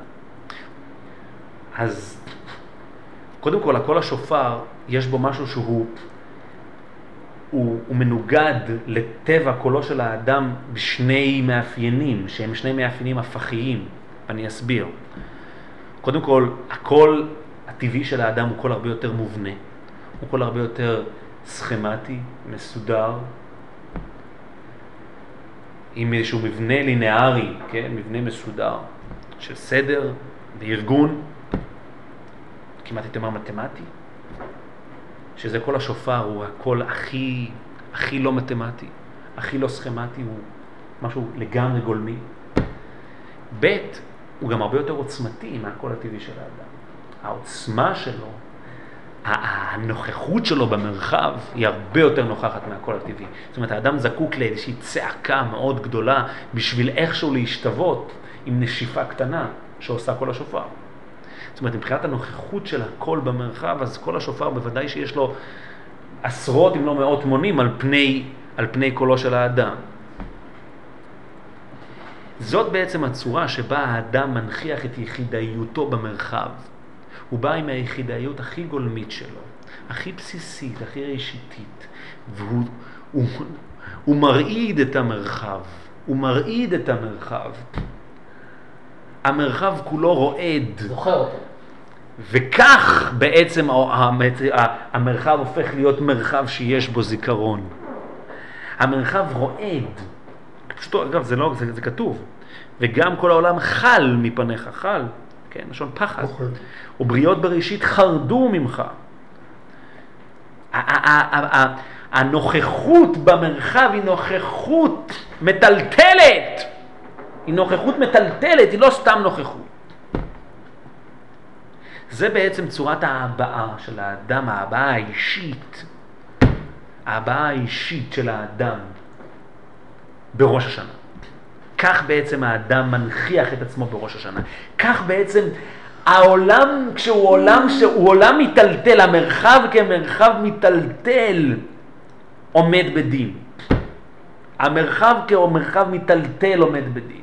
אז קודם כל, הקול השופר, יש בו משהו שהוא הוא, הוא מנוגד לטבע קולו של האדם בשני מאפיינים, שהם שני מאפיינים הפכיים. אני אסביר. קודם כל, הקול הטבעי של האדם הוא קול הרבה יותר מובנה. הוא קול הרבה יותר סכמטי, מסודר, עם איזשהו מבנה לינארי, כן? מבנה מסודר, של סדר וארגון, כמעט הייתי אומר מתמטי, שזה קול השופר, הוא הקול הכי, הכי לא מתמטי, הכי לא סכמטי, הוא משהו לגמרי גולמי. ב' הוא גם הרבה יותר עוצמתי מהקול הטבעי של האדם. העוצמה שלו, הנוכחות שלו במרחב היא הרבה יותר נוכחת מהקול הטבעי. זאת אומרת, האדם זקוק לאיזושהי צעקה מאוד גדולה בשביל איכשהו להשתוות עם נשיפה קטנה שעושה קול השופר. זאת אומרת, מבחינת הנוכחות של הקול במרחב, אז קול השופר בוודאי שיש לו עשרות אם לא מאות מונים על פני, על פני קולו של האדם. זאת בעצם הצורה שבה האדם מנחיח את יחידאיותו במרחב. הוא בא עם היחידאיות הכי גולמית שלו, הכי בסיסית, הכי ראשיתית, והוא הוא, הוא מרעיד את המרחב, הוא מרעיד את המרחב. המרחב כולו רועד. זוכר אותו. וכך בעצם המרחב הופך להיות מרחב שיש בו זיכרון. המרחב רועד. פשוט, אגב, זה לא, זה, זה כתוב. וגם כל העולם חל מפניך, חל. כן, לשון פחד. ובריות בראשית חרדו ממך. הנוכחות במרחב היא נוכחות מטלטלת. היא נוכחות מטלטלת, היא לא סתם נוכחות. זה בעצם צורת ההבעה של האדם, ההבעה האישית. ההבעה האישית של האדם בראש השנה. כך בעצם האדם מנחיח את עצמו בראש השנה. כך בעצם העולם, כשהוא עולם, שהוא עולם מטלטל, המרחב כמרחב מטלטל עומד בדין. המרחב כמרחב מטלטל עומד בדין.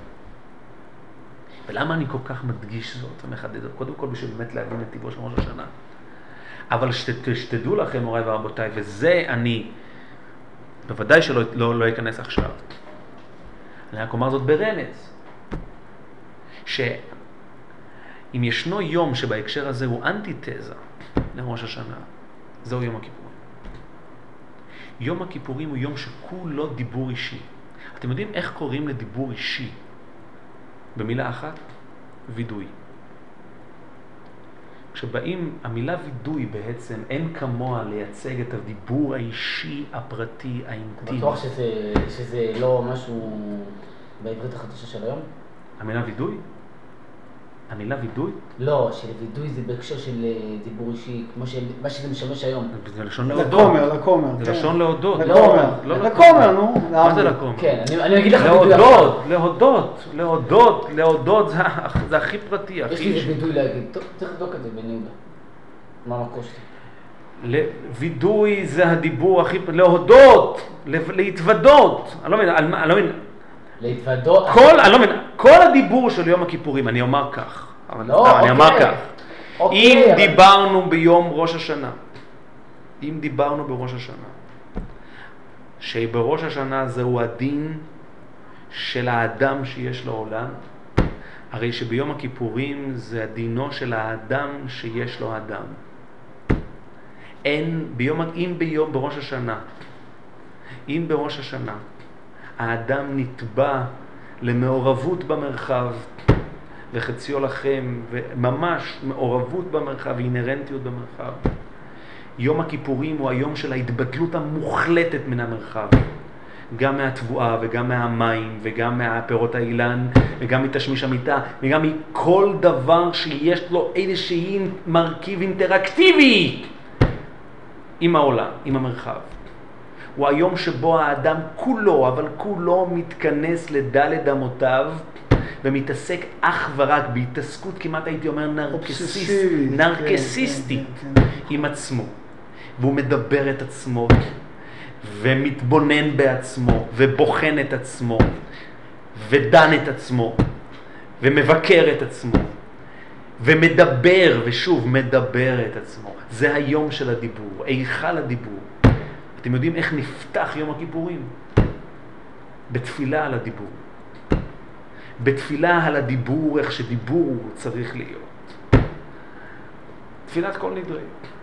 ולמה אני כל כך מדגיש זאת ומחדד זאת? קודם כל בשביל באמת להבין את טיבו של ראש השנה. אבל שת, שתדעו לכם, מוריי ורבותיי, וזה אני בוודאי שלא לא, לא אכנס עכשיו. אני רק אומר זאת ברמז. שאם ישנו יום שבהקשר הזה הוא אנטיתזה לראש השנה, זהו יום הכיפורים. יום הכיפורים הוא יום שכולו דיבור אישי. אתם יודעים איך קוראים לדיבור אישי? במילה אחת, וידוי. כשבאים, המילה וידוי בעצם אין כמוה לייצג את הדיבור האישי, הפרטי, האינטימי. בטוח שזה, שזה לא משהו בעברית החדשה של היום? המילה וידוי? המילה וידוי? לא, שווידוי זה בהקשר של דיבור אישי, כמו מה שזה משמש היום. זה לשון להודות. לכומר, לכומר. זה לשון להודות. לכומר, לכומר, נו. מה זה לכומר? כן, אני אגיד לך וידוי. להודות, להודות, להודות, להודות, זה הכי פרטי, הכי... יש לי וידוי להגיד, צריך לבדוק את זה בני יהודה. מה המקור שלי? וידוי זה הדיבור הכי... להודות, להתוודות. אני לא מבין, אני לא מבין. להתוודות. כל, אני לא מבין, כל הדיבור של יום הכיפורים, אני אומר כך, אבל לא, אני אומר כך, אוקיי, אם אבל... דיברנו ביום ראש השנה, אם דיברנו בראש השנה, שבראש השנה זהו הדין של האדם שיש לו עולם, הרי שביום הכיפורים זה הדינו של האדם שיש לו אדם. אין, ביום, אם ביום, בראש השנה, אם בראש השנה, האדם נתבע למעורבות במרחב, וחציו לכם, וממש מעורבות במרחב, אינרנטיות במרחב. יום הכיפורים הוא היום של ההתבטלות המוחלטת מן המרחב. גם מהתבואה וגם מהמים וגם מהפירות האילן וגם מתשמיש המיטה וגם מכל דבר שיש לו איזושהי מרכיב אינטראקטיבי עם העולם, עם המרחב. הוא היום שבו האדם כולו, אבל כולו מתכנס לדלת אמותיו ומתעסק אך ורק בהתעסקות כמעט הייתי אומר נרקסיסטית, נרקסיסטית עם עצמו. והוא מדבר את עצמו ומתבונן בעצמו ובוחן את עצמו ודן את עצמו ומבקר את עצמו ומדבר ושוב מדבר את עצמו. זה היום של הדיבור, היכל הדיבור. אתם יודעים איך נפתח יום הכיפורים? בתפילה על הדיבור. בתפילה על הדיבור, איך שדיבור צריך להיות. תפילת כל נדרי.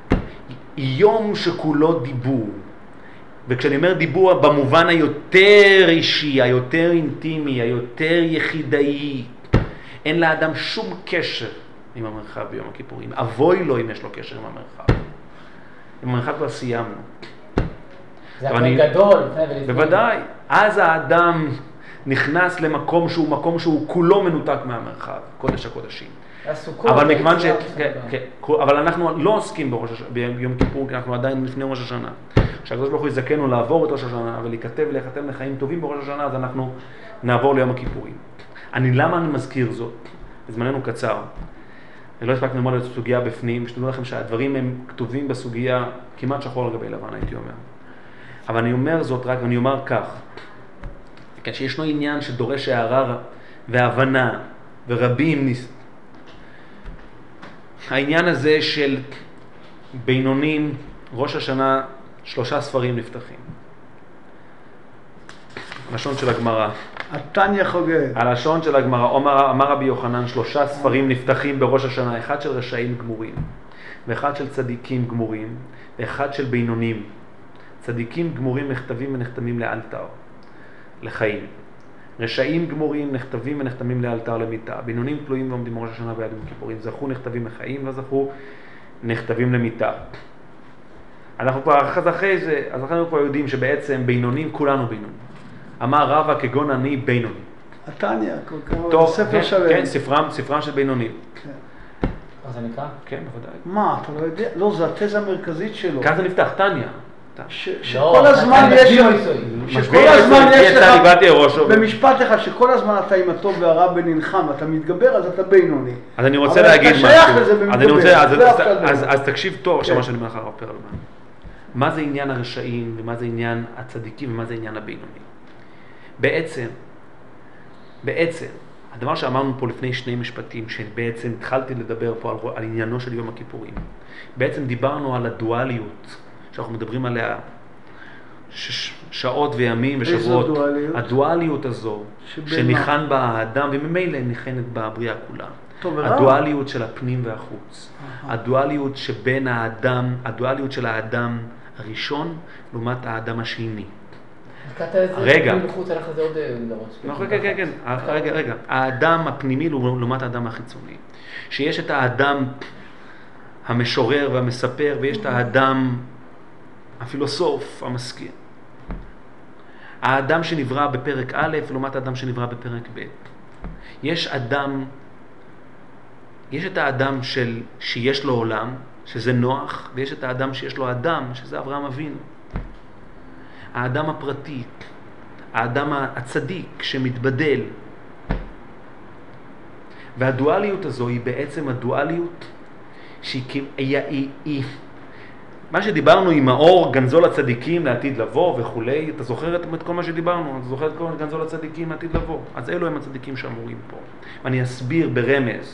יום שכולו דיבור. וכשאני אומר דיבור במובן היותר אישי, היותר אינטימי, היותר יחידאי, אין לאדם שום קשר עם המרחב ביום הכיפורים. אבוי לו אם יש לו קשר עם המרחב. עם המרחב כבר סיימנו. זה הכל גדול. בוודאי. אז האדם נכנס למקום שהוא מקום שהוא כולו מנותק מהמרחב, קודש הקודשים. אבל מכיוון ש... אבל אנחנו לא עוסקים ביום כיפור, כי אנחנו עדיין לפני ראש השנה. כשהקדוש ברוך הוא יזכנו לעבור את ראש השנה ולהיכתב ולהיחתם לחיים טובים בראש השנה, אז אנחנו נעבור ליום הכיפורים. אני, למה אני מזכיר זאת? בזמננו קצר. לא הספקנו ללמוד את הסוגיה בפנים, שתדעו לכם שהדברים הם כתובים בסוגיה כמעט שחור על גבי לבן, הייתי אומר. אבל אני אומר זאת רק, ואני אומר כך, כשישנו עניין שדורש הערה והבנה, ורבים ניס... העניין הזה של בינונים, ראש השנה, שלושה ספרים נפתחים. הלשון של הגמרא. התניא חוגג. הלשון של הגמרא, אמר, אמר רבי יוחנן, שלושה ספרים נפתחים בראש השנה, אחד של רשעים גמורים, ואחד של צדיקים גמורים, ואחד של בינונים. צדיקים גמורים נכתבים ונחתמים לאלתר, לחיים. רשעים גמורים נכתבים ונחתמים לאלתר למיטה. בינונים תלויים ועומדים בראש השנה ביד יום כיפורים. זכו נכתבים לחיים, לא זכו נכתבים למיטה. אנחנו כבר אחרי זה, אז אנחנו כבר יודעים שבעצם בינונים, כולנו בינונים. אמר רבא כגון אני בינוני. התניא, טוב, ספר שלם. כן, ספרם, ספרם של בינונים. כן. אז זה נקרא? כן, בוודאי. מה, אתה לא יודע? לא, זו התזה המרכזית שלו. ככה זה נפתח, תניא. שכל הזמן יש שכל הזמן יש לך במשפט אחד שכל הזמן אתה עם הטוב והרע בנלחם ואתה מתגבר, אז אתה בינוני. אז אני רוצה להגיד משהו. אז אני רוצה, אז תקשיב טוב עכשיו מה שאני אומר לך הרב פרלמן. מה זה עניין הרשעים ומה זה עניין הצדיקים ומה זה עניין הבינוני? בעצם, בעצם, הדבר שאמרנו פה לפני שני משפטים, שבעצם התחלתי לדבר פה על, על עניינו של יום הכיפורים. בעצם דיברנו על הדואליות, שאנחנו מדברים עליה ש, שעות וימים ושבועות. איזו דואליות? הדואליות הזו, שניחן בה האדם, וממילא ניחנת בה הבריאה כולה. הדואליות של הפנים והחוץ. הדואליות שבין האדם, הדואליות של האדם הראשון, לעומת האדם השני. רגע, כן, כן, כן, רגע, רגע, האדם הפנימי לעומת האדם החיצוני, שיש את האדם המשורר והמספר ויש את האדם הפילוסוף המשכיל, האדם שנברא בפרק א' לעומת האדם שנברא בפרק ב'. יש אדם, יש את האדם של שיש לו עולם שזה נוח, ויש את האדם שיש לו אדם שזה אברהם אבינו, האדם הפרטי, האדם הצדיק שמתבדל. והדואליות הזו היא בעצם הדואליות שהיא היא, היא, היא, מה שדיברנו עם האור גנזול הצדיקים לעתיד לבוא וכולי. אתה זוכר את כל מה שדיברנו? אתה זוכר את כל גנזול הצדיקים לעתיד לבוא? אז אלו הם הצדיקים שאמורים פה. ואני אסביר ברמז.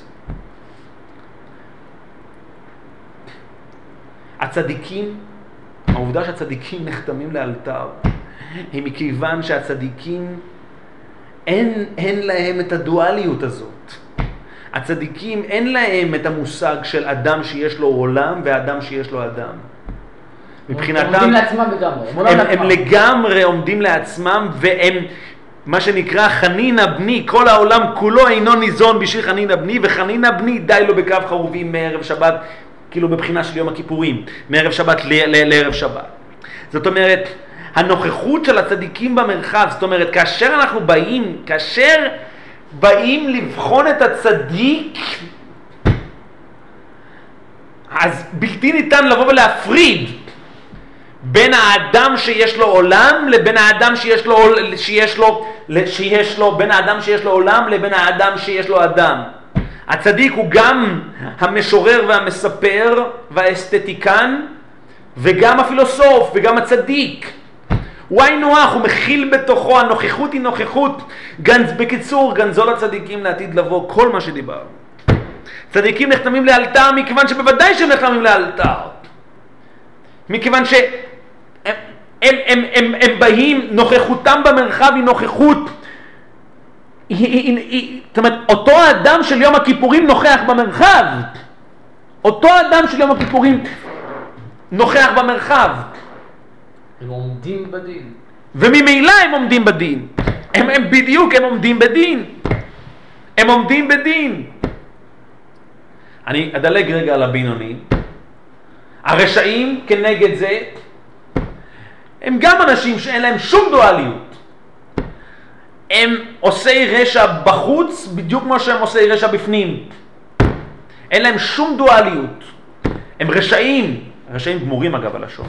הצדיקים, העובדה שהצדיקים נחתמים לאלתר, היא מכיוון שהצדיקים אין, אין להם את הדואליות הזאת. הצדיקים אין להם את המושג של אדם שיש לו עולם ואדם שיש לו אדם. מבחינתם, הם עומדים לעצמם לגמרי. הם, הם, הם לגמרי עומדים לעצמם, והם מה שנקרא חנינה בני, כל העולם כולו אינו ניזון בשביל חנינה בני, וחנינה בני די לו בקו חרובים מערב שבת, כאילו בבחינה של יום הכיפורים, מערב שבת לערב שבת. זאת אומרת, הנוכחות של הצדיקים במרחב, זאת אומרת, כאשר אנחנו באים, כאשר באים לבחון את הצדיק, אז בלתי ניתן לבוא ולהפריד בין האדם שיש לו עולם לבין האדם שיש לו, שיש לו, שיש לו, בין האדם שיש לו עולם לבין האדם שיש לו אדם. הצדיק הוא גם המשורר והמספר והאסתטיקן, וגם הפילוסוף וגם הצדיק. הוא היינו הך, הוא מכיל בתוכו, הנוכחות היא נוכחות. גנז, בקיצור, גנזול הצדיקים לעתיד לבוא, כל מה שדיבר. צדיקים נחתמים לאלתר מכיוון שבוודאי שהם נחתמים לאלתר. מכיוון שהם הם, הם, הם, הם באים, נוכחותם במרחב היא נוכחות. היא, היא, היא, זאת אומרת, אותו האדם של יום הכיפורים נוכח במרחב. אותו האדם של יום הכיפורים נוכח במרחב. הם עומדים בדין. וממילא הם עומדים בדין. הם, הם בדיוק, הם עומדים בדין. הם עומדים בדין. אני אדלג רגע על הבינוני. הרשעים כנגד זה, הם גם אנשים שאין להם שום דואליות. הם עושי רשע בחוץ, בדיוק כמו שהם עושי רשע בפנים. אין להם שום דואליות. הם רשעים. רשעים גמורים אגב הלשון.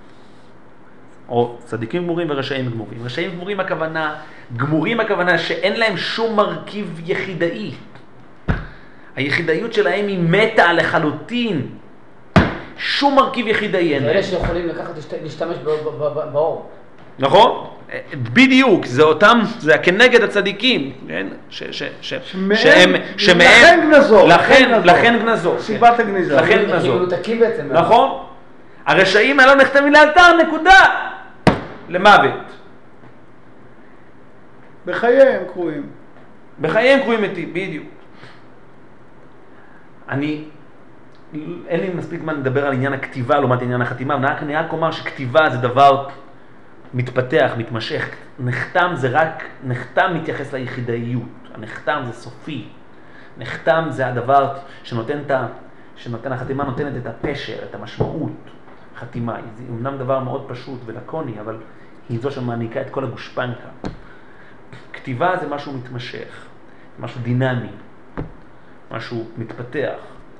או צדיקים גמורים ורשעים גמורים. רשעים גמורים הכוונה, גמורים הכוונה שאין להם שום מרכיב יחידאי. היחידאיות שלהם היא מתה לחלוטין. שום מרכיב יחידאי אין. זה אלה שיכולים לקחת, להשתמש באור. נכון? בדיוק, זה אותם, זה כנגד הצדיקים, כן? שמהם, לכן גנזו. לכן גנזו. סיבת הגניזה. לכן גנזו. מנותקים בעצם. נכון? הרשעים האלו נחתמים לאלתר, נקודה. למוות. בחייהם קרויים. בחייהם קרויים איתי, בדיוק. אני, אין לי מספיק מה לדבר על עניין הכתיבה לעומת עניין החתימה, אני רק אומר שכתיבה זה דבר מתפתח, מתמשך. נחתם זה רק, נחתם מתייחס ליחידאיות. הנחתם זה סופי. נחתם זה הדבר שנותן את ה... שנותן, החתימה נותנת את הפשר, את המשמעות. חתימה. זה אומנם דבר מאוד פשוט ולקוני, אבל היא זו שמעניקה את כל הגושפנקה. כתיבה זה משהו מתמשך, משהו דינמי, משהו מתפתח.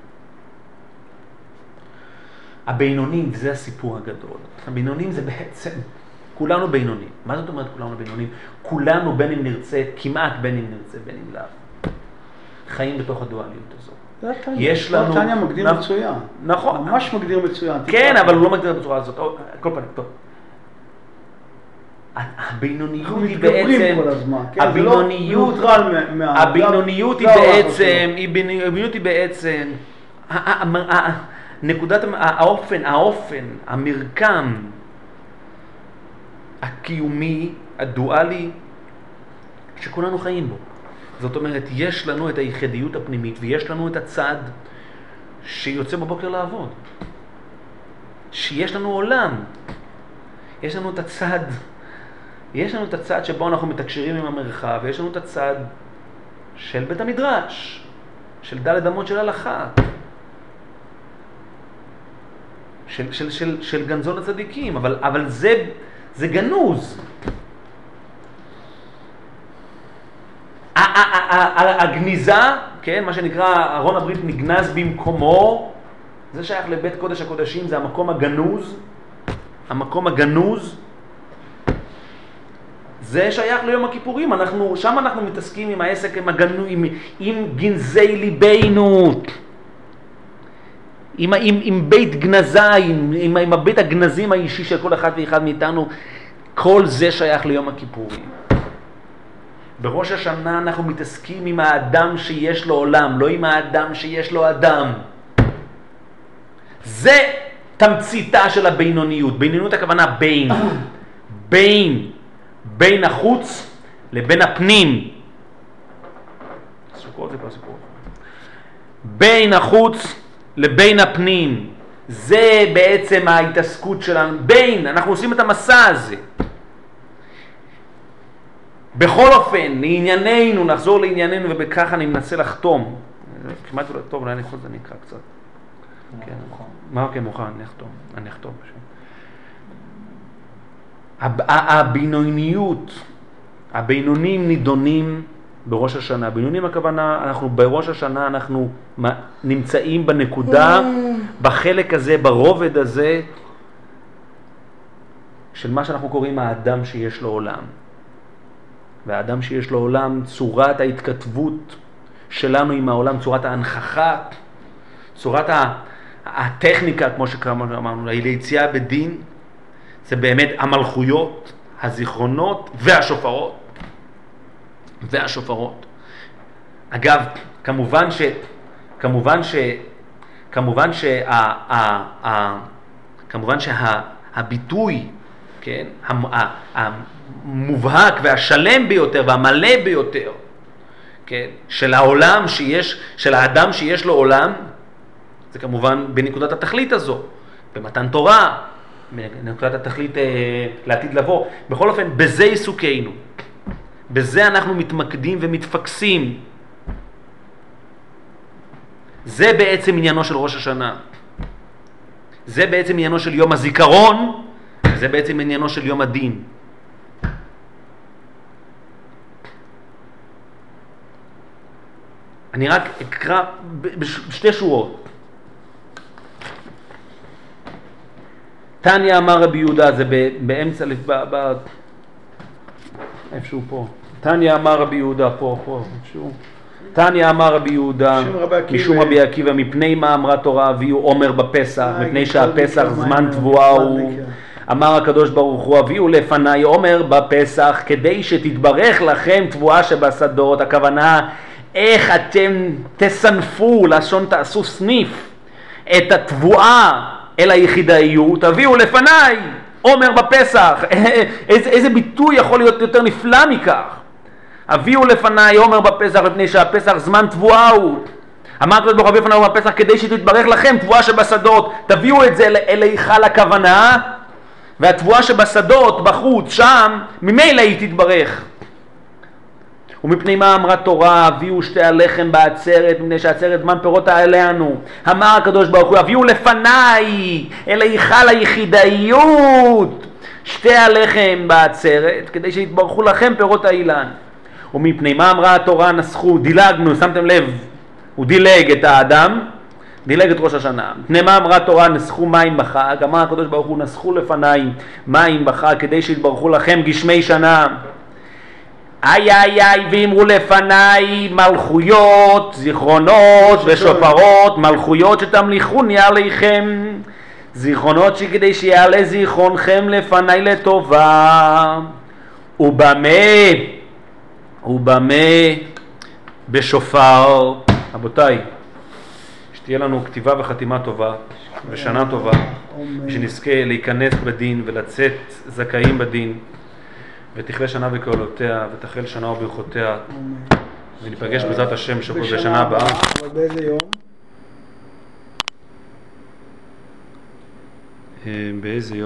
הבינונים, זה הסיפור הגדול. הבינונים זה בעצם, כולנו בינונים. מה זאת אומרת כולנו בינונים? כולנו בין אם נרצה, כמעט בין אם נרצה, בין אם לאו. חיים בתוך הדואליות הזאת. יש לנו... טניה מגדיר מצוין. נכון. ממש מגדיר מצוין. כן, אבל הוא לא מגדיר בצורה הזאת. כל פעם, טוב. הבינוניות היא בעצם... הבינוניות... הבינוניות היא בעצם... הבינוניות היא בעצם... נקודת האופן, האופן, המרקם הקיומי, הדואלי, שכולנו חיים בו. זאת אומרת, יש לנו את היחידיות הפנימית, ויש לנו את הצד שיוצא בבוקר לעבוד. שיש לנו עולם. יש לנו את הצד, יש לנו את הצד שבו אנחנו מתקשרים עם המרחב, ויש לנו את הצד של בית המדרש, של דלת אמות של הלכה. של, של, של, של גנזון הצדיקים, אבל, אבל זה, זה גנוז. הגניזה, כן, מה שנקרא ארון הברית נגנז במקומו, זה שייך לבית קודש הקודשים, זה המקום הגנוז, המקום הגנוז, זה שייך ליום הכיפורים, אנחנו, שם אנחנו מתעסקים עם העסק, עם הגנוז, עם, עם גנזי ליבנו, עם, עם, עם בית גנזה, עם, עם, עם הבית הגנזים האישי של כל אחד ואחד מאיתנו, כל זה שייך ליום הכיפורים. בראש השנה אנחנו מתעסקים עם האדם שיש לו עולם, לא עם האדם שיש לו אדם. זה תמציתה של הבינוניות. בינוניות הכוונה בין. בין. בין החוץ לבין הפנים. סוכות זה פה סיפור. בין החוץ לבין הפנים. זה בעצם ההתעסקות שלנו. בין, אנחנו עושים את המסע הזה. בכל אופן, לענייננו, נחזור לענייננו, ובכך אני מנסה לחתום. כמעט אולי טוב, אולי אני יכול, אני אקרא קצת. כן, מה כן מוכן? אני אחתום, אני אחתום פשוט. הבינוניות, הבינונים נידונים בראש השנה. הבינונים הכוונה, אנחנו בראש השנה, אנחנו נמצאים בנקודה, בחלק הזה, ברובד הזה, של מה שאנחנו קוראים האדם שיש לו עולם. והאדם שיש לו עולם, צורת ההתכתבות שלנו עם העולם, צורת ההנכחה, צורת הטכניקה, כמו שאמרנו, ליציאה בדין, זה באמת המלכויות, הזיכרונות והשופרות. והשופרות. אגב, כמובן ש... כמובן ש... כמובן שה... ה... ה... כמובן שהביטוי, כן? המובהק והשלם ביותר והמלא ביותר, כן? של העולם שיש, של האדם שיש לו עולם, זה כמובן בנקודת התכלית הזו, במתן תורה, בנקודת התכלית אה, לעתיד לבוא. בכל אופן, בזה עיסוקנו. בזה אנחנו מתמקדים ומתפקסים. זה בעצם עניינו של ראש השנה. זה בעצם עניינו של יום הזיכרון, זה בעצם עניינו של יום הדין. אני רק אקרא בשתי שורות. תניא אמר רבי יהודה, זה באמצע, איפשהו פה. תניא אמר רבי יהודה, פה, פה, איפשהו. תניא אמר רבי יהודה, משום רבי עקיבא, מפני מה אמרה תורה הביאו עומר בפסח, מפני שהפסח זמן תבואה הוא. אמר הקדוש ברוך הוא, הביאו לפניי עומר בפסח, כדי שתתברך לכם תבואה שבשדות. הכוונה, איך אתם תסנפו, לשון תעשו סניף, את התבואה אל היחידאיות, תביאו לפניי עומר בפסח. איזה, איזה ביטוי יכול להיות יותר נפלא מכך? הביאו לפניי עומר בפסח, לפני שהפסח זמן תבואה הוא. אמר הקדוש ברוך הוא, הביאו לפניי עומר בפסח, כדי שתתברך לכם תבואה שבשדות. תביאו את זה אל היכל הכוונה, והתבואה שבשדות בחוץ שם ממילא היא תתברך. ומפני מה אמרה תורה, הביאו שתי הלחם בעצרת, מפני שהעצרת זמן פירות העלינו. אמר הקדוש ברוך הוא, הביאו לפניי אל היכל היחידאיות שתי הלחם בעצרת, כדי שיתברכו לכם פירות האילן. ומפני מה אמרה התורה, נסחו, דילגנו, שמתם לב, הוא דילג את האדם, דילג את ראש השנה. מפני מה אמרה התורה, נסחו מים בחג, אמר הקדוש ברוך הוא, נסחו לפניי מים בחג, כדי שיתברכו לכם גשמי שנה. איי איי איי, ואמרו לפניי מלכויות, זיכרונות ושופרות, מלכויות שתמליכוני עליכם, זיכרונות שכדי שיעלה זיכרונכם לפניי לטובה. ובמה, ובמה בשופר. רבותיי, שתהיה לנו כתיבה וחתימה טובה ושנה טובה, ושנזכה להיכנס בדין ולצאת זכאים בדין, ותכלה שנה וקללותיה, ותחל שנה וברכותיה, וניפגש בעזרת השם בשנה הבאה. באיזה יום? באיזה יום?